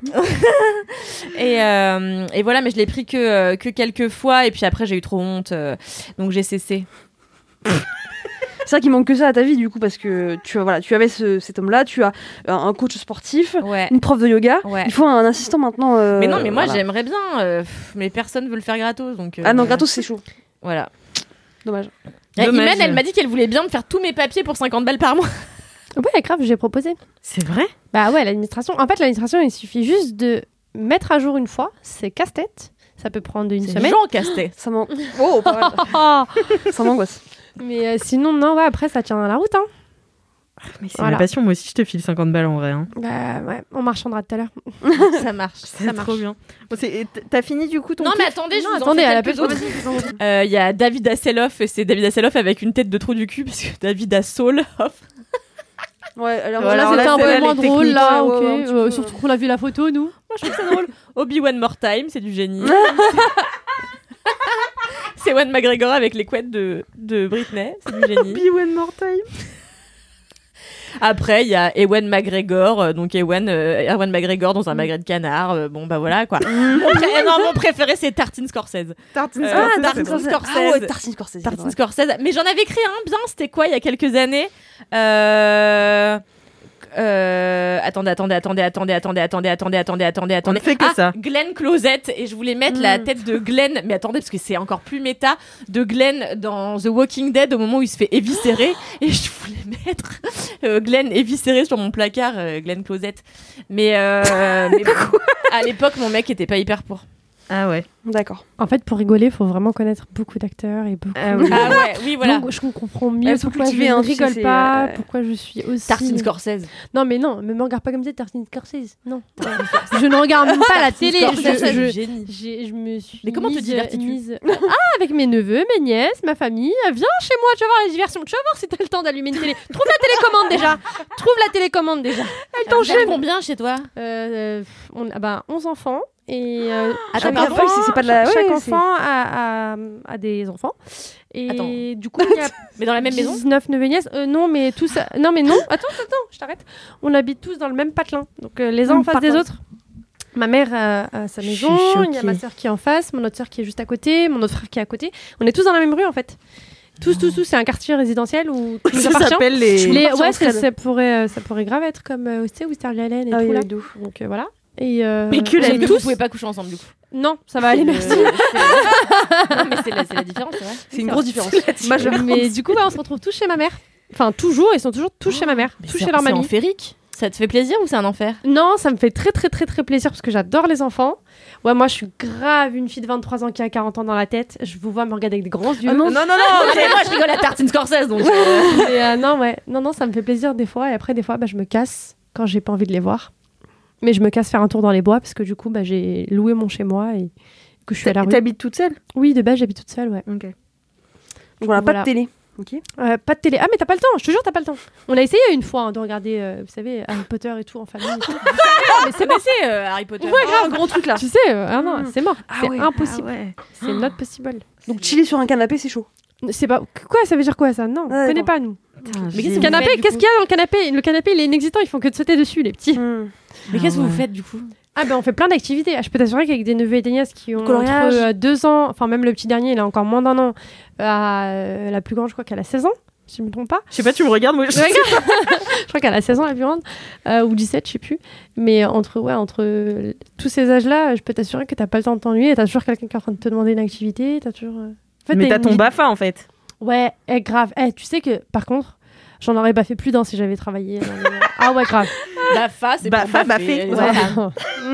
et voilà, mais je l'ai pris que quelques fois, et puis après j'ai eu trop honte, donc j'ai cessé. C'est vrai qu'il manque que ça à ta vie, du coup, parce que tu avais cet homme-là, tu as un coach sportif, Ouais. une prof de yoga. Ouais. Il faut un assistant maintenant. Mais non, mais moi voilà. j'aimerais bien, mais personne veut le faire gratos, donc. Ah non, gratos, c'est chaud. Voilà. Dommage. Imen, elle m'a dit qu'elle voulait bien me faire tous mes papiers pour 50 balles par mois. Ouais, grave, j'ai proposé. C'est vrai? Bah ouais, l'administration. En fait, l'administration, il suffit juste de mettre à jour une fois. C'est casse-tête. Ça peut prendre une semaine. Jean Castet. Ça m'en... Oh, pas mal. Ça m'angoisse. Mais sinon, non, ouais, après, ça tient à la route. Hein. Mais c'est Voilà. ma passion. Moi aussi, je te file 50 balles en vrai. Hein. Bah ouais, on marchandra tout à l'heure. Ça marche. C'est trop bien. Bon, t'as fini du coup ton Non, kiff mais attendez, je vous en attendez, fais elle a quelques pas autres. Il y a David Hasselhoff, et c'est David Hasselhoff avec une tête de trou du cul, parce que David Hasselhoff. Ouais, alors Voilà, alors là, c'était un celle-là, peu moins les drôle, techniques, là, ouais, ok. ouais, un petit peu. Surtout qu'on a vu la photo, nous. Moi, je trouve ça drôle. Obi-Wan More Time, c'est du génie. C'est Ewan McGregor avec les couettes de Britney, c'est du génie. Be One More Time. Après, il y a Ewan McGregor, donc Ewan McGregor dans un magret de canard. Bon, bah voilà quoi. Mon préféré, c'est Tartine Scorsese. Tartine Tartine Scorsese. Scorsese. Ah ouais, Tartine Scorsese. Tartine Scorsese. Mais j'en avais écrit un bien, c'était quoi il y a quelques années Attendez. On ne fait que ça. Glenn Closette, et je voulais mettre la tête de Glenn, mais attendez, parce que c'est encore plus méta, de Glenn dans The Walking Dead au moment où il se fait éviscérer, et je voulais mettre Glenn éviscéré sur mon placard, Glenn Closette. Mais à l'époque, mon mec était pas hyper pour. Ah ouais. D'accord. En fait, pour rigoler, il faut vraiment connaître beaucoup d'acteurs et beaucoup. Ah oui. Ah ouais, oui, voilà. Donc, je comprends mieux Elles sont pourquoi je cultivées, ne hein, tu sais, rigole c'est, pas, pourquoi je suis aussi. Tartine Scorsese. Non, mais non, me regarde pas comme ça, Tartine Scorsese. Non. Je ne regarde même pas la télé. Je me suis. Mais comment te divertis-tu avec mes neveux, mes nièces, ma famille. Viens chez moi, tu vas voir la diversion. Tu vas voir si t'as le temps d'allumer une télé. Trouve la télécommande déjà. Elle t'enchaîne combien chez toi? On a 11 enfants. Et Attends, chaque pardon, enfant, c'est pas de la- chaque ouais, enfant a des enfants. Et Attends. du coup, il y a Mais dans la même maison? 19 neveux et nièces. Non, mais tous. Non, mais non. Attends, je t'arrête. On habite tous dans le même patelin. Donc les uns en face des autres. Ma mère a sa Je suis maison. Il y a choquée. ma sœur qui est en face, mon autre sœur qui est juste à côté, mon autre frère qui est à côté. On est tous dans la même rue en fait. Tous. C'est un quartier résidentiel où tout nous Ça appartient. s'appelle les. Ouais, Austrade. ça pourrait grave être comme tu sais, Wistergalen et Ah tout oui, là. oui, de ouf. Donc voilà. Et Mais que la J'aime que tous. vous pouvez pas coucher ensemble du coup. non, ça va aller, merci. Non, mais c'est la différence, c'est vrai. C'est une grosse différence. Mais du coup, on se retrouve tous chez ma mère. Enfin, toujours, ils sont toujours tous chez ma mère, tous chez leur C'est mamie. enférique. Ça te fait plaisir ou c'est un enfer? Non, ça me fait très plaisir parce que j'adore les enfants. Ouais, moi je suis grave une fille de 23 ans qui a 40 ans dans la tête. Je vous vois me regarder avec des grands yeux. Non, mais moi je rigole à Tartine Scorsese donc. Et, non, ça me fait plaisir des fois. Et après, des fois, je me casse quand j'ai pas envie de les voir. Mais je me casse faire un tour dans les bois parce que du coup, j'ai loué mon chez moi et que je suis à la rue. T'habites toute seule? Oui, de base, j'habite toute seule, ouais. Ok. Donc voilà, pas de télé. Ok. Pas de télé. Ah, mais t'as pas le temps, je te jure, t'as pas le temps. On a essayé une fois de regarder, vous savez, Harry Potter et tout en famille. Et tout. Mais c'est mort. Harry Potter. Ouais, grave, gros truc là. Tu sais, non, c'est mort. C'est ouais, impossible. Ah ouais. C'est not possible. Donc chiller sur un canapé, c'est chaud. C'est pas. Quoi, ça veut dire quoi ça? Non, on Ouais, connaît d'accord. pas nous. Mais qu'est-ce que Canapé, vous faites, du qu'est-ce coup qu'il y a dans le canapé? Le canapé, il est inexistant, ils font que de sauter dessus, les petits. Mais qu'est-ce que vous faites du coup? Ah ben on fait plein d'activités. Je peux t'assurer qu'avec des neveux et des nièces qui ont Coloriage. entre 2 ans, enfin même le petit dernier, il a encore moins d'1 an. La plus grande, je crois qu'elle a 16 ans, si je me trompe pas. Je sais pas, tu me regardes, moi. Je crois qu'elle a 16 ans la plus grande, ou 17, je sais plus. Mais entre tous ces âges-là, je peux t'assurer que t'as pas le temps de t'ennuyer. T'as toujours quelqu'un qui est en train de te demander une activité. T'as toujours. En fait, Mais t'as une ton vie- BAFA en fait. Ouais, grave. Tu sais que par contre, j'en aurais pas fait plus d'un si j'avais travaillé. Ah ouais, grave. Bafa, c'est Bafa, pour baffer, baffé. les Ouais. enfants.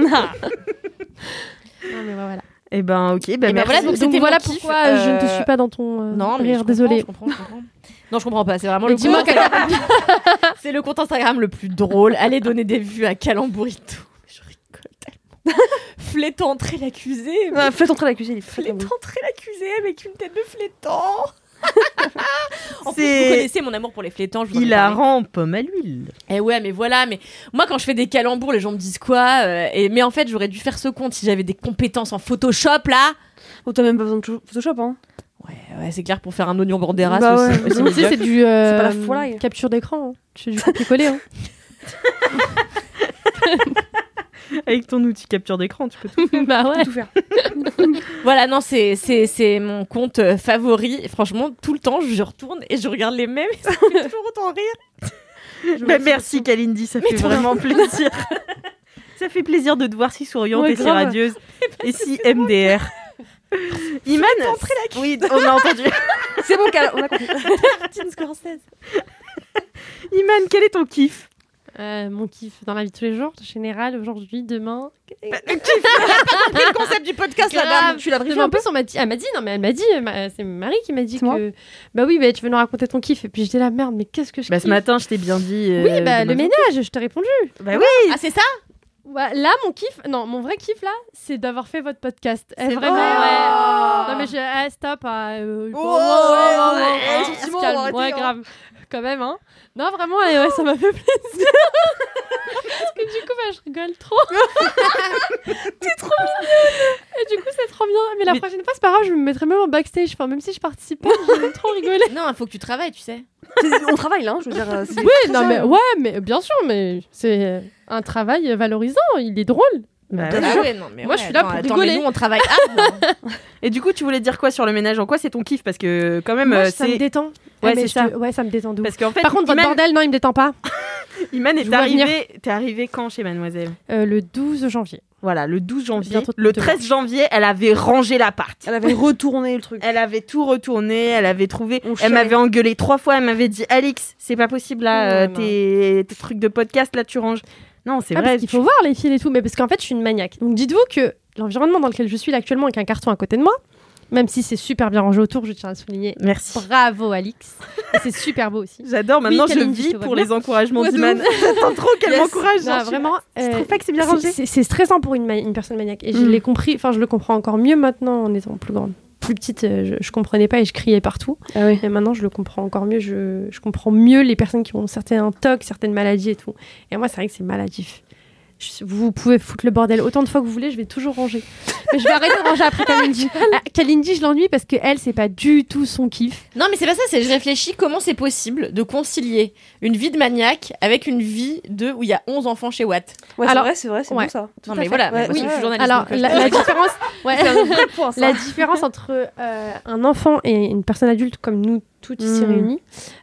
Non mais ouais, voilà. Et ben ok, ben merci. voilà, donc c'était voilà mon kiff, pourquoi je ne te suis pas dans ton Non, mais rire, je désolée. comprends. Non, je comprends pas. C'est vraiment Mais le dis-moi compte. C'est le compte Instagram le plus drôle. Allez donner des vues à Calambourito. Je rigole tellement. Flétan entrer l'accusé. Faites entrer l'accusé. Flétan entrer l'accusé avec une tête de flétan. En plus, vous connaissez mon amour pour les flétans. Je vous en ai Il a parlé. rend pomme à l'huile. Eh ouais, mais voilà. Mais moi, quand je fais des calembours, les gens me disent quoi mais en fait, j'aurais dû faire ce compte si j'avais des compétences en Photoshop là. Oh, t'as même pas besoin de Photoshop, hein. Ouais, c'est clair pour faire un oignon banderas. Bah ouais. aussi Tu sais, c'est du C'est pas la folie. capture d'écran. Hein. Tu fais du copier-coller. Hein. Avec ton outil capture d'écran, tu peux tout faire. Bah ouais. Tout faire. Voilà, non, c'est mon compte favori. Et franchement, tout le temps, je retourne et je regarde les mêmes. Et ça me fait toujours autant rire. Bah, merci Kalindi, ça fait vraiment plaisir. Ça fait plaisir de te voir si souriante Ouais, et si grave. radieuse et si MDR. Iman, oui, on a entendu. C'est bon, on a compris. Martin Scorsese. Iman, quel est ton kiff? Mon kiff dans la vie de tous les jours, général, aujourd'hui, demain. C'est le concept du podcast, la dame. Tu l'as briefé En un peu. plus, elle m'a dit, c'est Marie qui m'a dit C'est moi que. Bah oui, bah, tu veux nous raconter ton kiff. Et puis j'étais là, merde, mais qu'est-ce que je Bah, kiffe ce matin, je t'ai bien dit. Oui, bah le ménage, je t'ai répondu. Bah oui. Ah, c'est ça? Ouais, là, mon vrai kiff, là, c'est d'avoir fait votre podcast. C'est Vraiment, vrai. ouais. Non, mais stop. gentiment, calme. arrêtez, Ouais, hein. grave. Quand même, hein. Non, vraiment, ouais, ça m'a fait plaisir. Parce que du coup, je rigole trop. T'es trop mignonne. Et du coup, c'est trop bien. Mais la prochaine fois, c'est pas grave, je me mettrai même en backstage. Enfin, même si je participe pas, j'ai trop rigolé. Non, il faut que tu travailles, tu sais. On travaille là, hein, je veux dire. C'est Oui, non, mais ouais, mais bien sûr, mais c'est un travail valorisant. Il est drôle. Bah, Ah ouais. ouais, non, mais Moi, je suis là pour rigoler. Mais nous, on travaille hard. Et du coup, tu voulais dire quoi sur le ménage? En quoi c'est ton kiff? Parce que quand même, Moi, ça me c'est. détend. Ouais, mais c'est ça. Ouais, ça me détend de ouf. Parce qu'en fait, Par contre, votre Iman, bordel, non, il me détend pas. Iman Je est vois venir. arrivée. T'es arrivée quand chez Mademoiselle? Le 12 janvier. Voilà, le 12 janvier. Bientôt Le 2 13 janvier, elle avait rangé l'appart. Elle avait retourné le truc. Elle avait tout retourné, elle avait trouvé. On Elle chialait. m'avait engueulé 3 fois. Elle m'avait dit Alix, c'est pas possible là, Ouais, tes trucs de podcast là, tu ranges. Non, c'est vrai. Parce qu'il faut voir les fils et tout. Mais parce qu'en fait, je suis une maniaque. Donc dites-vous que l'environnement dans lequel je suis là actuellement, avec un carton à côté de moi, même si c'est super bien rangé autour, je tiens à souligner. Merci. Bravo, Alix. Et c'est super beau aussi. J'adore. Maintenant, je Kalindi, vis je te vois pour bien. les encouragements Ouais, de d'Iman. J'attends trop qu'elle m'encourage. Non, genre, vraiment. je trouve pas que c'est bien rangé. C'est stressant pour une personne maniaque. Et je l'ai compris. Enfin, je le comprends encore mieux maintenant en étant plus grande. Plus petite, je comprenais pas et je criais partout. Ah oui. Et maintenant, je le comprends encore mieux. Je comprends mieux les personnes qui ont certains tocs, certaines maladies et tout. Et moi, c'est vrai que c'est maladif. Vous pouvez foutre le bordel autant de fois que vous voulez, je vais toujours ranger. Mais je vais arrêter de ranger après Kalindi. Kalindi, je l'ennuie parce que elle, c'est pas du tout son kiff. Non, mais c'est pas ça, c'est je réfléchis comment c'est possible de concilier une vie de maniaque avec une vie où il y a 11 enfants chez Watt. Ouais, Alors, c'est vrai, c'est ouais. bon ça. Non, mais voilà, Ouais, parce que oui. je suis journaliste. Alors, donc, la différence, ouais, C'est un vrai point, ça. la différence entre un enfant et une personne adulte comme nous toutes ici réunies,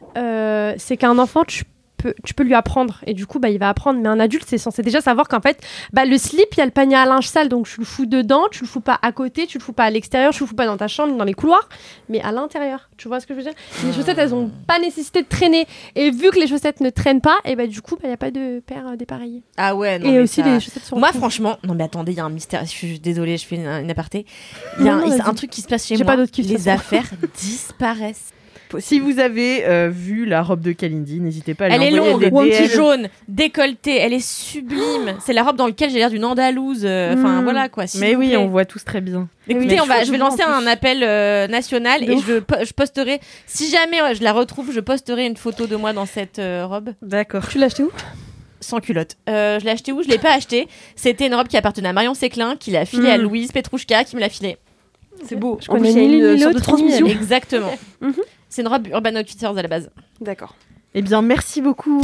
c'est qu'un enfant, tu peux lui apprendre et du coup il va apprendre, mais un adulte c'est censé déjà savoir qu'en fait le slip, il y a le panier à linge sale, donc tu le fous dedans, tu le fous pas à côté, tu le fous pas à l'extérieur, tu le fous pas dans ta chambre, dans les couloirs, mais à l'intérieur. Tu vois ce que je veux dire? Les chaussettes, elles ont pas nécessité de traîner, et vu que les chaussettes ne traînent pas, et du coup il y a pas de paire dépareillée. Ah ouais, non, Et mais aussi ça- les chaussettes sont Moi, retrouvées. franchement, non, mais attendez, il y a un mystère. Je suis désolée, je fais une aparté. Il y a Non, un vas-y. truc qui se passe chez J'ai moi. pas d'autre kiff, de toute Les façon. affaires disparaissent. Si vous avez vu la robe de Kalindi, n'hésitez pas à lui Elle est envoyer longue, des petit DM. jaune, décolletée, elle est sublime. C'est la robe dans laquelle j'ai l'air d'une andalouse. Enfin, voilà quoi. s'il Mais vous oui, plaît. on voit tous très bien. Écoutez, je vais lancer un appel national De et ouf. je posterai. Si jamais je la retrouve, je posterai une photo de moi dans cette robe. D'accord. Tu l'as acheté où? Sans culotte. Je l'ai acheté où? Je l'ai pas acheté. C'était une robe qui appartenait à Marion Séclin, qui l'a filée à Louise Petrouchka, qui me l'a filée. C'est beau. Je connais ni il y a l'une une ni sorte de l'autre, ni transmission. Exactement. C'est une robe Urban Outfitters à la base. D'accord. Eh bien, merci beaucoup pour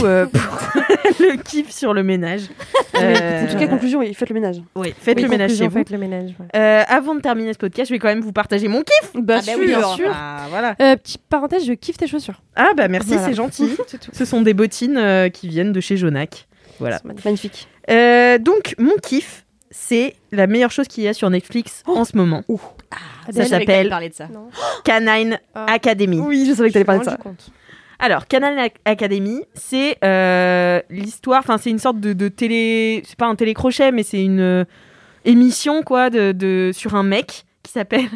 le kiff sur le ménage. En tout cas, conclusion, oui, faites le ménage. Oui, faites Oui, le ménage chez conclusion, vous. faites le ménage. Ouais. Avant de terminer ce podcast, je vais quand même vous partager mon kiff. Bah, oui, bien sûr. Ah, voilà. Petite parenthèse, je kiffe tes chaussures. Ah bah merci, Voilà. c'est gentil. C'est tout. Ce sont des bottines qui viennent de chez Jonac. Voilà. C'est magnifique. Magnifique. Donc, mon kiff, c'est la meilleure chose qu'il y a sur Netflix en ce moment. Ça s'appelle parler de ça. Non. Canine Ah. Academy. Oui, je savais que t'allais parler de ça. Alors, Canine Academy, c'est l'histoire, enfin c'est une sorte de télé, c'est pas un télécrochet, mais c'est une émission quoi sur un mec qui s'appelle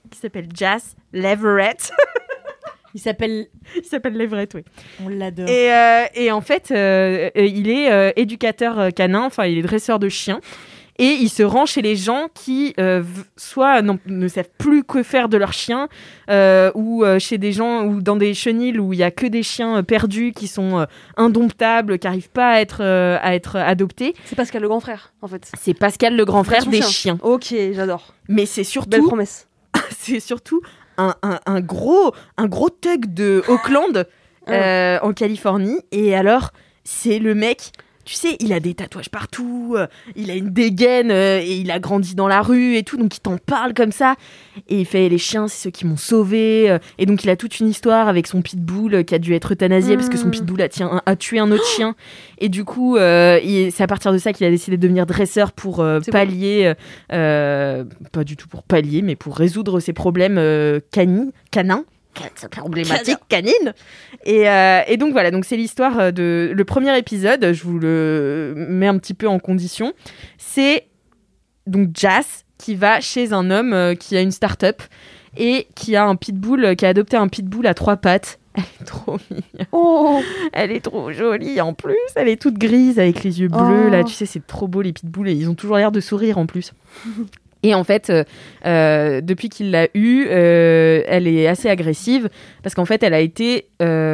Jas Leverett. Il s'appelle. Il s'appelle Leverett, oui. On l'adore. Et en fait, il est éducateur canin, enfin il est dresseur de chiens. et il se rend chez les gens qui soit ne savent plus que faire de leurs chiens, ou chez des gens ou dans des chenils où il y a que des chiens perdus qui sont indomptables, qui n'arrivent pas à être adoptés. C'est Pascal le grand frère, en fait. C'est Pascal le grand frère des chiens. Ok, j'adore. Mais c'est surtout belle promesse. C'est surtout un gros thug de Oakland en Californie. Et alors, c'est le mec, tu sais, il a des tatouages partout, il a une dégaine et il a grandi dans la rue et tout, donc il t'en parle comme ça. Et il fait les chiens, c'est ceux qui m'ont sauvé. Et donc il a toute une histoire avec son pitbull qui a dû être euthanasié parce que son pitbull a tué un autre chien. Et du coup, c'est à partir de ça qu'il a décidé de devenir dresseur pour pallier, pas du tout pour pallier, mais pour résoudre ses problèmes canins. Problématique canine. Et donc voilà, donc c'est l'histoire de le premier épisode. Je vous le mets un petit peu en condition. C'est donc Jas qui va chez un homme qui a une start-up et qui a un pitbull, qui a adopté un pitbull à 3 pattes. Elle est trop mignonne. Oh, elle est trop jolie en plus. Elle est toute grise avec les yeux bleus. Là, tu sais, c'est trop beau les pitbulls et ils ont toujours l'air de sourire en plus. Et en fait, depuis qu'il l'a eue, elle est assez agressive parce qu'en fait, elle a été,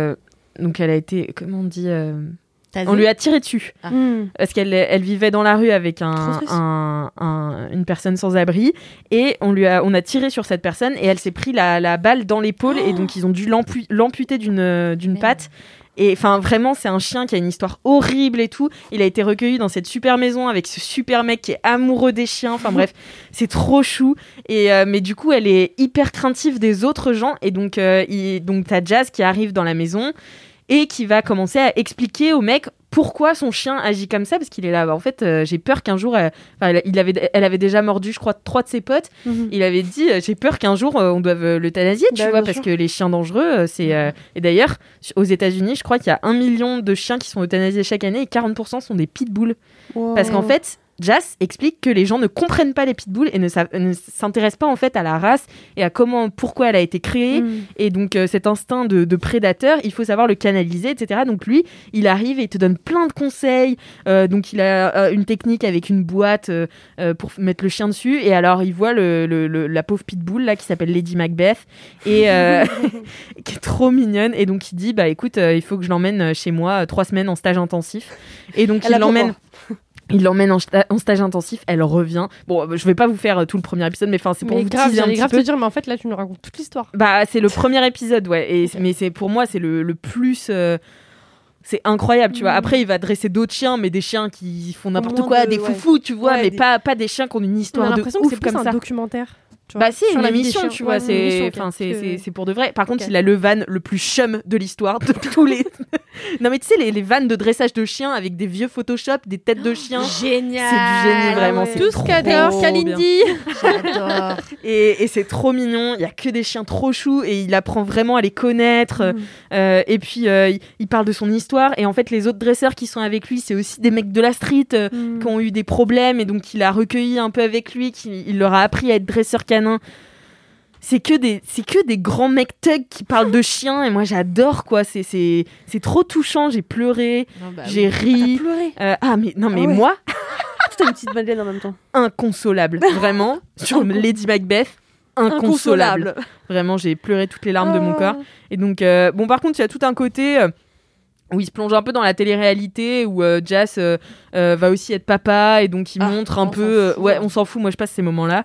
comment on dit, on lui a tiré dessus parce qu'elle vivait dans la rue avec une personne sans abri et on a tiré sur cette personne et elle s'est pris la balle dans l'épaule et donc ils ont dû l'amputer d'une patte. Et enfin, vraiment, c'est un chien qui a une histoire horrible et tout. Il a été recueilli dans cette super maison avec ce super mec qui est amoureux des chiens. Enfin bref, c'est trop chou. Mais du coup, elle est hyper craintive des autres gens. Et donc t'as Jas qui arrive dans la maison et qui va commencer à expliquer au mec pourquoi son chien agit comme ça, parce qu'il est là. En fait, j'ai peur qu'un jour, elle avait déjà mordu, je crois, 3 de ses potes. Il avait dit, j'ai peur qu'un jour on doive l'euthanasier, tu vois, parce que les chiens dangereux, c'est. Et d'ailleurs, aux États-Unis, je crois qu'il y a 1 million de chiens qui sont euthanasiés chaque année et 40% sont des pitbulls. Wow. Parce qu'en fait, Jas explique que les gens ne comprennent pas les pitbulls et ne s'intéressent pas en fait à la race et à pourquoi elle a été créée. Et donc cet instinct de prédateur, il faut savoir le canaliser, etc. Donc lui, il arrive et il te donne plein de conseils. Donc il a une technique avec une boîte pour mettre le chien dessus. Et alors il voit la pauvre pitbull là qui s'appelle Lady Macbeth et qui est trop mignonne. Et donc il dit bah écoute, il faut que je l'emmène chez moi 3 semaines en stage intensif. Et donc il l'emmène en stage intensif, elle revient. Bon, je vais pas vous faire tout le premier épisode, mais enfin c'est pour vous teaser un petit peu. Te dire, mais en fait là tu nous racontes toute l'histoire. Bah c'est le premier épisode, ouais. Mais c'est pour moi c'est le plus. C'est incroyable, tu vois. Après il va dresser d'autres chiens, mais des chiens qui font n'importe quoi, des foufous, tu vois, mais pas des chiens qui ont une histoire de ouf comme ça. C'est plus un documentaire. Bah c'est une émission, tu vois, c'est pour de vrai. Par contre, il a le van le plus chum de l'histoire de tous les. Non mais tu sais les vannes de dressage de chiens avec des vieux Photoshop, des têtes de chiens. Génial. C'est du génie vraiment, c'est tout ce qu'adore Kalindi. J'adore. Et c'est trop mignon, il y a que des chiens trop choux et il apprend vraiment à les connaître. Et puis il parle de son histoire et en fait les autres dresseurs qui sont avec lui, c'est aussi des mecs de la street qui ont eu des problèmes et donc il a recueilli un peu avec lui, il leur a appris à être dresseur canin. C'est que des grands mecs thugs qui parlent de chiens et moi j'adore quoi, c'est trop touchant, j'ai pleuré, j'ai ri. T'as pleuré. Mais moi t'as une petite madeleine en même temps. Inconsolable, vraiment. Sur Lady Macbeth, inconsolable. Vraiment, j'ai pleuré toutes les larmes de mon corps. Et donc par contre, il y a tout un côté où il se plonge un peu dans la télé-réalité, où Jas va aussi être papa, et donc il montre un peu... on s'en fout, moi je passe ces moments-là.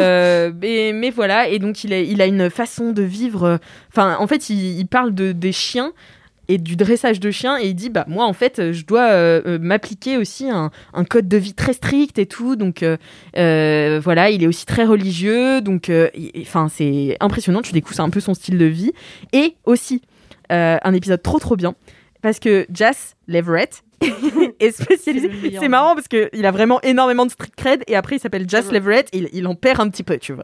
mais voilà, et donc il a une façon de vivre... Enfin, en fait, il parle des chiens, et du dressage de chiens, et il dit, bah moi en fait, je dois m'appliquer aussi un code de vie très strict et tout, donc voilà, il est aussi très religieux, donc c'est impressionnant, tu découvres un peu son style de vie, et aussi un épisode trop bien, parce que Jas Leverett est spécialisé. C'est marrant parce qu'il a vraiment énormément de street cred et après il s'appelle Jas Leverett et il en perd un petit peu, tu vois.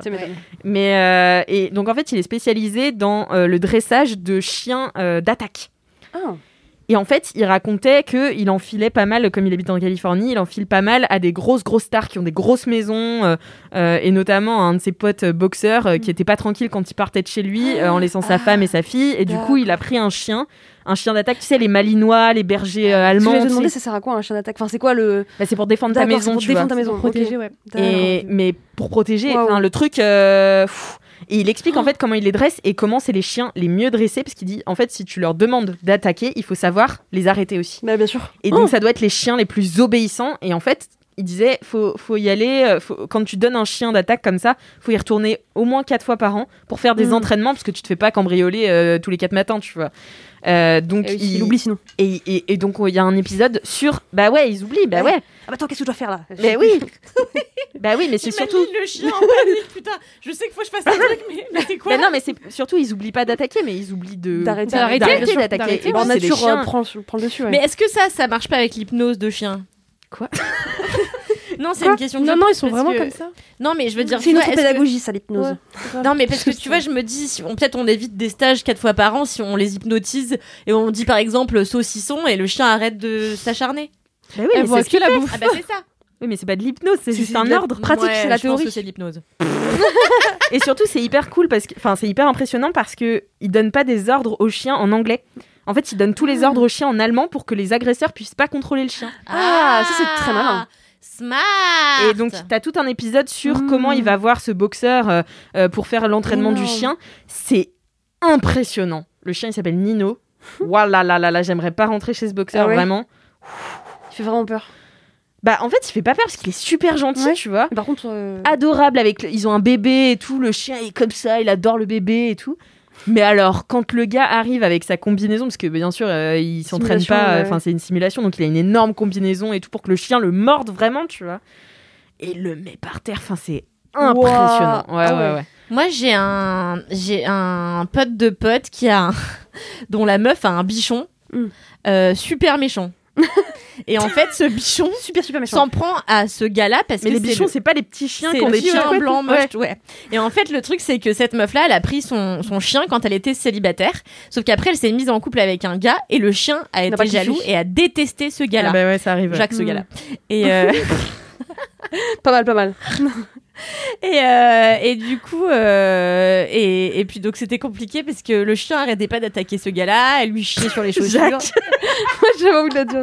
Mais et donc en fait il est spécialisé dans le dressage de chiens d'attaque. Et en fait, il racontait qu'il enfilait pas mal, comme il habite en Californie, il enfile pas mal à des grosses stars qui ont des grosses maisons, et notamment un de ses potes boxeurs qui était pas tranquille quand il partait de chez lui, en laissant sa femme et sa fille. Et du coup, il a pris un chien d'attaque, tu sais, les malinois, les bergers allemands. Je me demandais, ça sert à quoi un chien d'attaque? Enfin, c'est quoi le... c'est pour défendre ta maison, pour défendre ta maison. Pour protéger, okay. ouais. Mais pour protéger, le truc... Et il explique en fait comment il les dresse et comment c'est les chiens les mieux dressés, parce qu'il dit en fait si tu leur demandes d'attaquer, il faut savoir les arrêter aussi. Bah bien sûr. Et donc ça doit être les chiens les plus obéissants. Et en fait, il disait faut y aller, quand tu donnes un chien d'attaque comme ça, faut y retourner au moins 4 fois par an pour faire des entraînements, parce que tu te fais pas cambrioler tous les 4 matins, tu vois. Donc il oublie sinon. Et donc il y a un épisode sur ils oublient. Ah bah attends, qu'est-ce que je dois faire là? Mais oui. Bah oui, mais c'est surtout le chien en panique, putain. Je sais qu'il faut que je fasse un truc, mais c'est quoi? Bah non, mais c'est surtout ils oublient pas d'attaquer, mais ils oublient d'arrêter d'attaquer. Et bon, nature prend le dessus. Ouais. Mais est-ce que ça marche pas avec l'hypnose de chien? Quoi? Non, c'est une question que non, ils sont vraiment comme ça. Non, mais je veux dire, c'est une autre pédagogie, ça, l'hypnose. Ouais. Non, mais parce que tu vois, je me dis, peut-être on évite des stages 4 fois par an si on les hypnotise et on dit par exemple saucisson et le chien arrête de s'acharner. Bah oui, mais c'est que la bouffe. Ah bah c'est ça. Oui, mais c'est pas de l'hypnose, c'est juste un ordre pratique, c'est la théorie. Je pense que c'est de l'hypnose. Et surtout, c'est hyper cool c'est hyper impressionnant parce que il donne pas des ordres aux chiens en anglais. En fait, il donne tous les ordres aux chiens en allemand pour que les agresseurs puissent pas contrôler le chien. Ah, ça c'est très malin. Smart. Et donc, t'as tout un épisode sur comment il va voir ce boxeur pour faire l'entraînement du chien. C'est impressionnant. Le chien, il s'appelle Nino. Voilà, j'aimerais pas rentrer chez ce boxeur, vraiment. Il fait vraiment peur. Bah, en fait, il fait pas peur parce qu'il est super gentil, tu vois. Mais par contre, adorable ils ont un bébé et tout. Le chien est comme ça, il adore le bébé et tout. Mais alors, quand le gars arrive avec sa combinaison, parce que bien sûr, il s'entraîne pas, c'est une simulation, donc il a une énorme combinaison et tout pour que le chien le morde vraiment, tu vois. Et le met par terre, c'est impressionnant. Ouais. Moi, j'ai un pote de pote dont la meuf a un bichon super méchant. Et en fait, ce bichon super méchant s'en prend à ce gars-là parce que les bichons, c'est pas les petits chiens qui ont des chiens blancs moches. Ouais. Et en fait, le truc, c'est que cette meuf-là, elle a pris son chien quand elle était célibataire. Sauf qu'après, elle s'est mise en couple avec un gars et le chien a été jaloux et a détesté ce gars-là. Ah bah ouais, ça arrive. Jacques, ce gars-là. Et pas mal. Et du coup et puis donc c'était compliqué parce que le chien arrêtait pas d'attaquer ce gars-là, elle lui chiait sur les chaussures. Moi j'avais envie de la dire.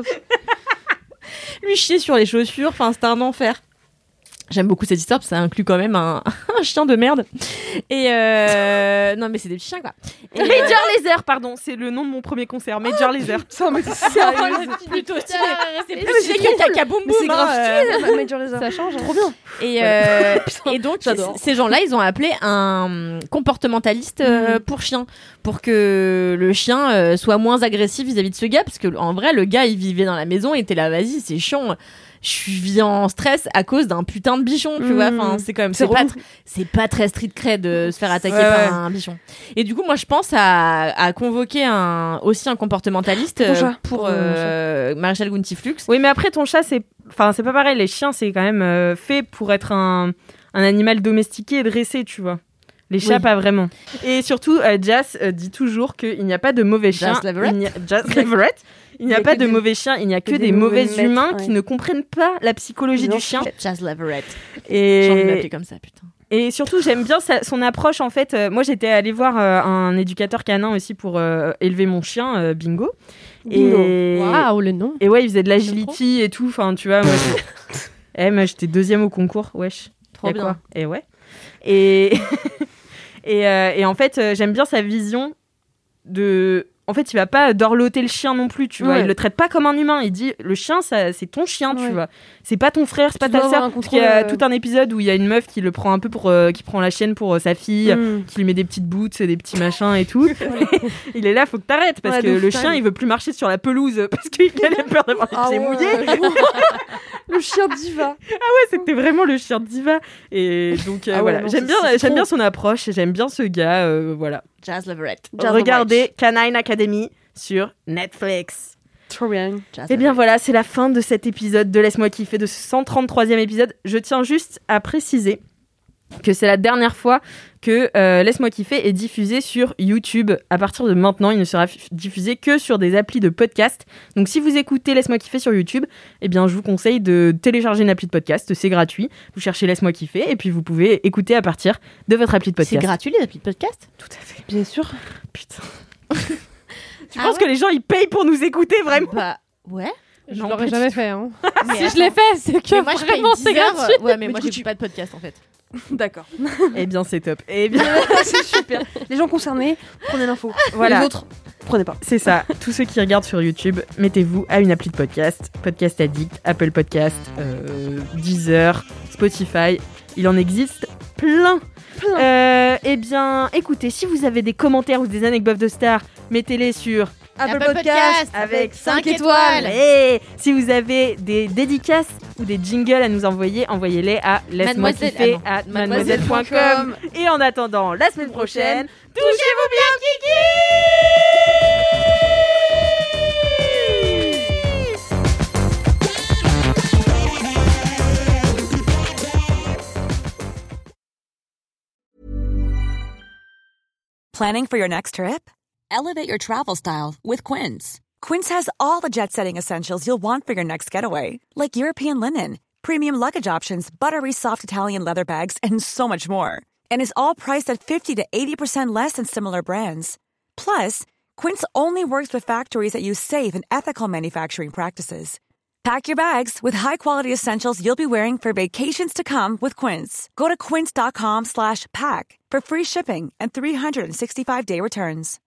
Lui chier sur les chaussures, c'était un enfer. J'aime beaucoup cette histoire parce que ça inclut quand même un chien de merde. Et non mais c'est des petits chiens quoi. Et Major Lazer, pardon, c'est le nom de mon premier concert. Major Lazer. C'est plutôt stylé. C'est plus stylé que Caca Boum Boum. C'est grave stylé, Major Lazer. Ça change. Trop bien. Et donc ces gens-là, ils ont appelé un comportementaliste pour chien, pour que le chien soit moins agressif vis-à-vis de ce gars, parce que en vrai, le gars, il vivait dans la maison, il était là, vas-y, c'est chiant. Je vis en stress à cause d'un putain de bichon, tu vois. C'est quand même c'est pas très street cred de se faire attaquer par un bichon. Et du coup, moi, je pense à convoquer aussi un comportementaliste pour Maréchal Guntiflux. Oui, mais après ton chat, c'est pas pareil. Les chiens, c'est quand même fait pour être un animal domestiqué et dressé, tu vois. Les chats, pas vraiment. Et surtout, Jas dit toujours qu'il n'y a pas de mauvais chiens. Jas Leverett. Il n'y a pas de mauvais chiens, il n'y a que des mauvais humains qui ne comprennent pas la psychologie du chien. Jas Leverett. J'ai envie de m'appeler comme ça, putain. Et surtout, j'aime bien son approche, en fait. Moi, j'étais allée voir un éducateur canin aussi pour élever mon chien, Bingo. Waouh, le nom. Et ouais, il faisait de l'agility et tout. Enfin, tu vois, moi, j'étais 2e au concours. Wesh. Trop bien. Quoi. Et ouais. Et en fait, j'aime bien sa vision de... En fait, il va pas dorloter le chien non plus, tu vois. Il le traite pas comme un humain. Il dit, le chien, c'est ton chien, tu vois. C'est pas ton frère, c'est pas ta sœur. Parce qu'il y a tout un épisode où il y a une meuf qui le prend un peu qui prend la chienne pour sa fille, qui lui met des petites boots, des petits machins et tout. Il est là, faut que t'arrêtes parce que le chien, il veut plus marcher sur la pelouse parce qu'il a peur d'avoir les pieds mouillés. Le chien diva. Ah ouais, c'était vraiment le chien diva. Et donc voilà, non, j'aime bien son approche, j'aime bien ce gars, voilà. Jas Leverett. Regardez Canine Academy sur Netflix. Trop bien. Et bien voilà, c'est la fin de cet épisode de Laisse-moi kiffer, de ce 133e épisode. Je tiens juste à préciser que c'est la dernière fois que Laisse-moi kiffer est diffusé sur YouTube. À partir de maintenant, il ne sera diffusé que sur des applis de podcast. Donc si vous écoutez Laisse-moi kiffer sur YouTube, eh bien je vous conseille de télécharger une appli de podcast, c'est gratuit. Vous cherchez Laisse-moi kiffer et puis vous pouvez écouter à partir de votre appli de podcast. C'est gratuit les applis de podcast ? Tout à fait. Bien sûr. Putain. Tu penses que les gens ils payent pour nous écouter vraiment ? Bah ouais. Je Non, l'aurais pas jamais du fait. Hein. Mais Si je l'ai fait, c'est que moi je paye vraiment 10 c'est heures. gratuit. Ouais, mais Mais moi du coup, j'écoute pas de podcast en fait. D'accord. Eh bien c'est top. Eh bien C'est super. Les gens concernés, prenez l'info. voilà. Les autres, prenez pas. C'est ça. Tous ceux qui regardent sur YouTube, mettez-vous à une appli de podcast. Podcast Addict, Apple Podcast, Deezer, Spotify. Il en existe plein. Eh bien, écoutez, si vous avez des commentaires ou des anecdotes de stars, mettez-les sur Apple Podcast avec 5 5 étoiles. Et si vous avez des dédicaces ou des jingles à nous envoyer, envoyez-les à laisse-moi kiffer @mademoiselle.com. Et en attendant, la semaine prochaine, touchez-vous bien, Planning for your next trip? Elevate your travel style with Quince. Quince has all the jet-setting essentials you'll want for your next getaway, like European linen, premium luggage options, buttery soft Italian leather bags, and so much more. And is all priced at 50 to 80% less than similar brands. Plus, Quince only works with factories that use safe and ethical manufacturing practices. Pack your bags with high-quality essentials you'll be wearing for vacations to come with Quince. Go to quince.com/pack for free shipping and 365-day returns.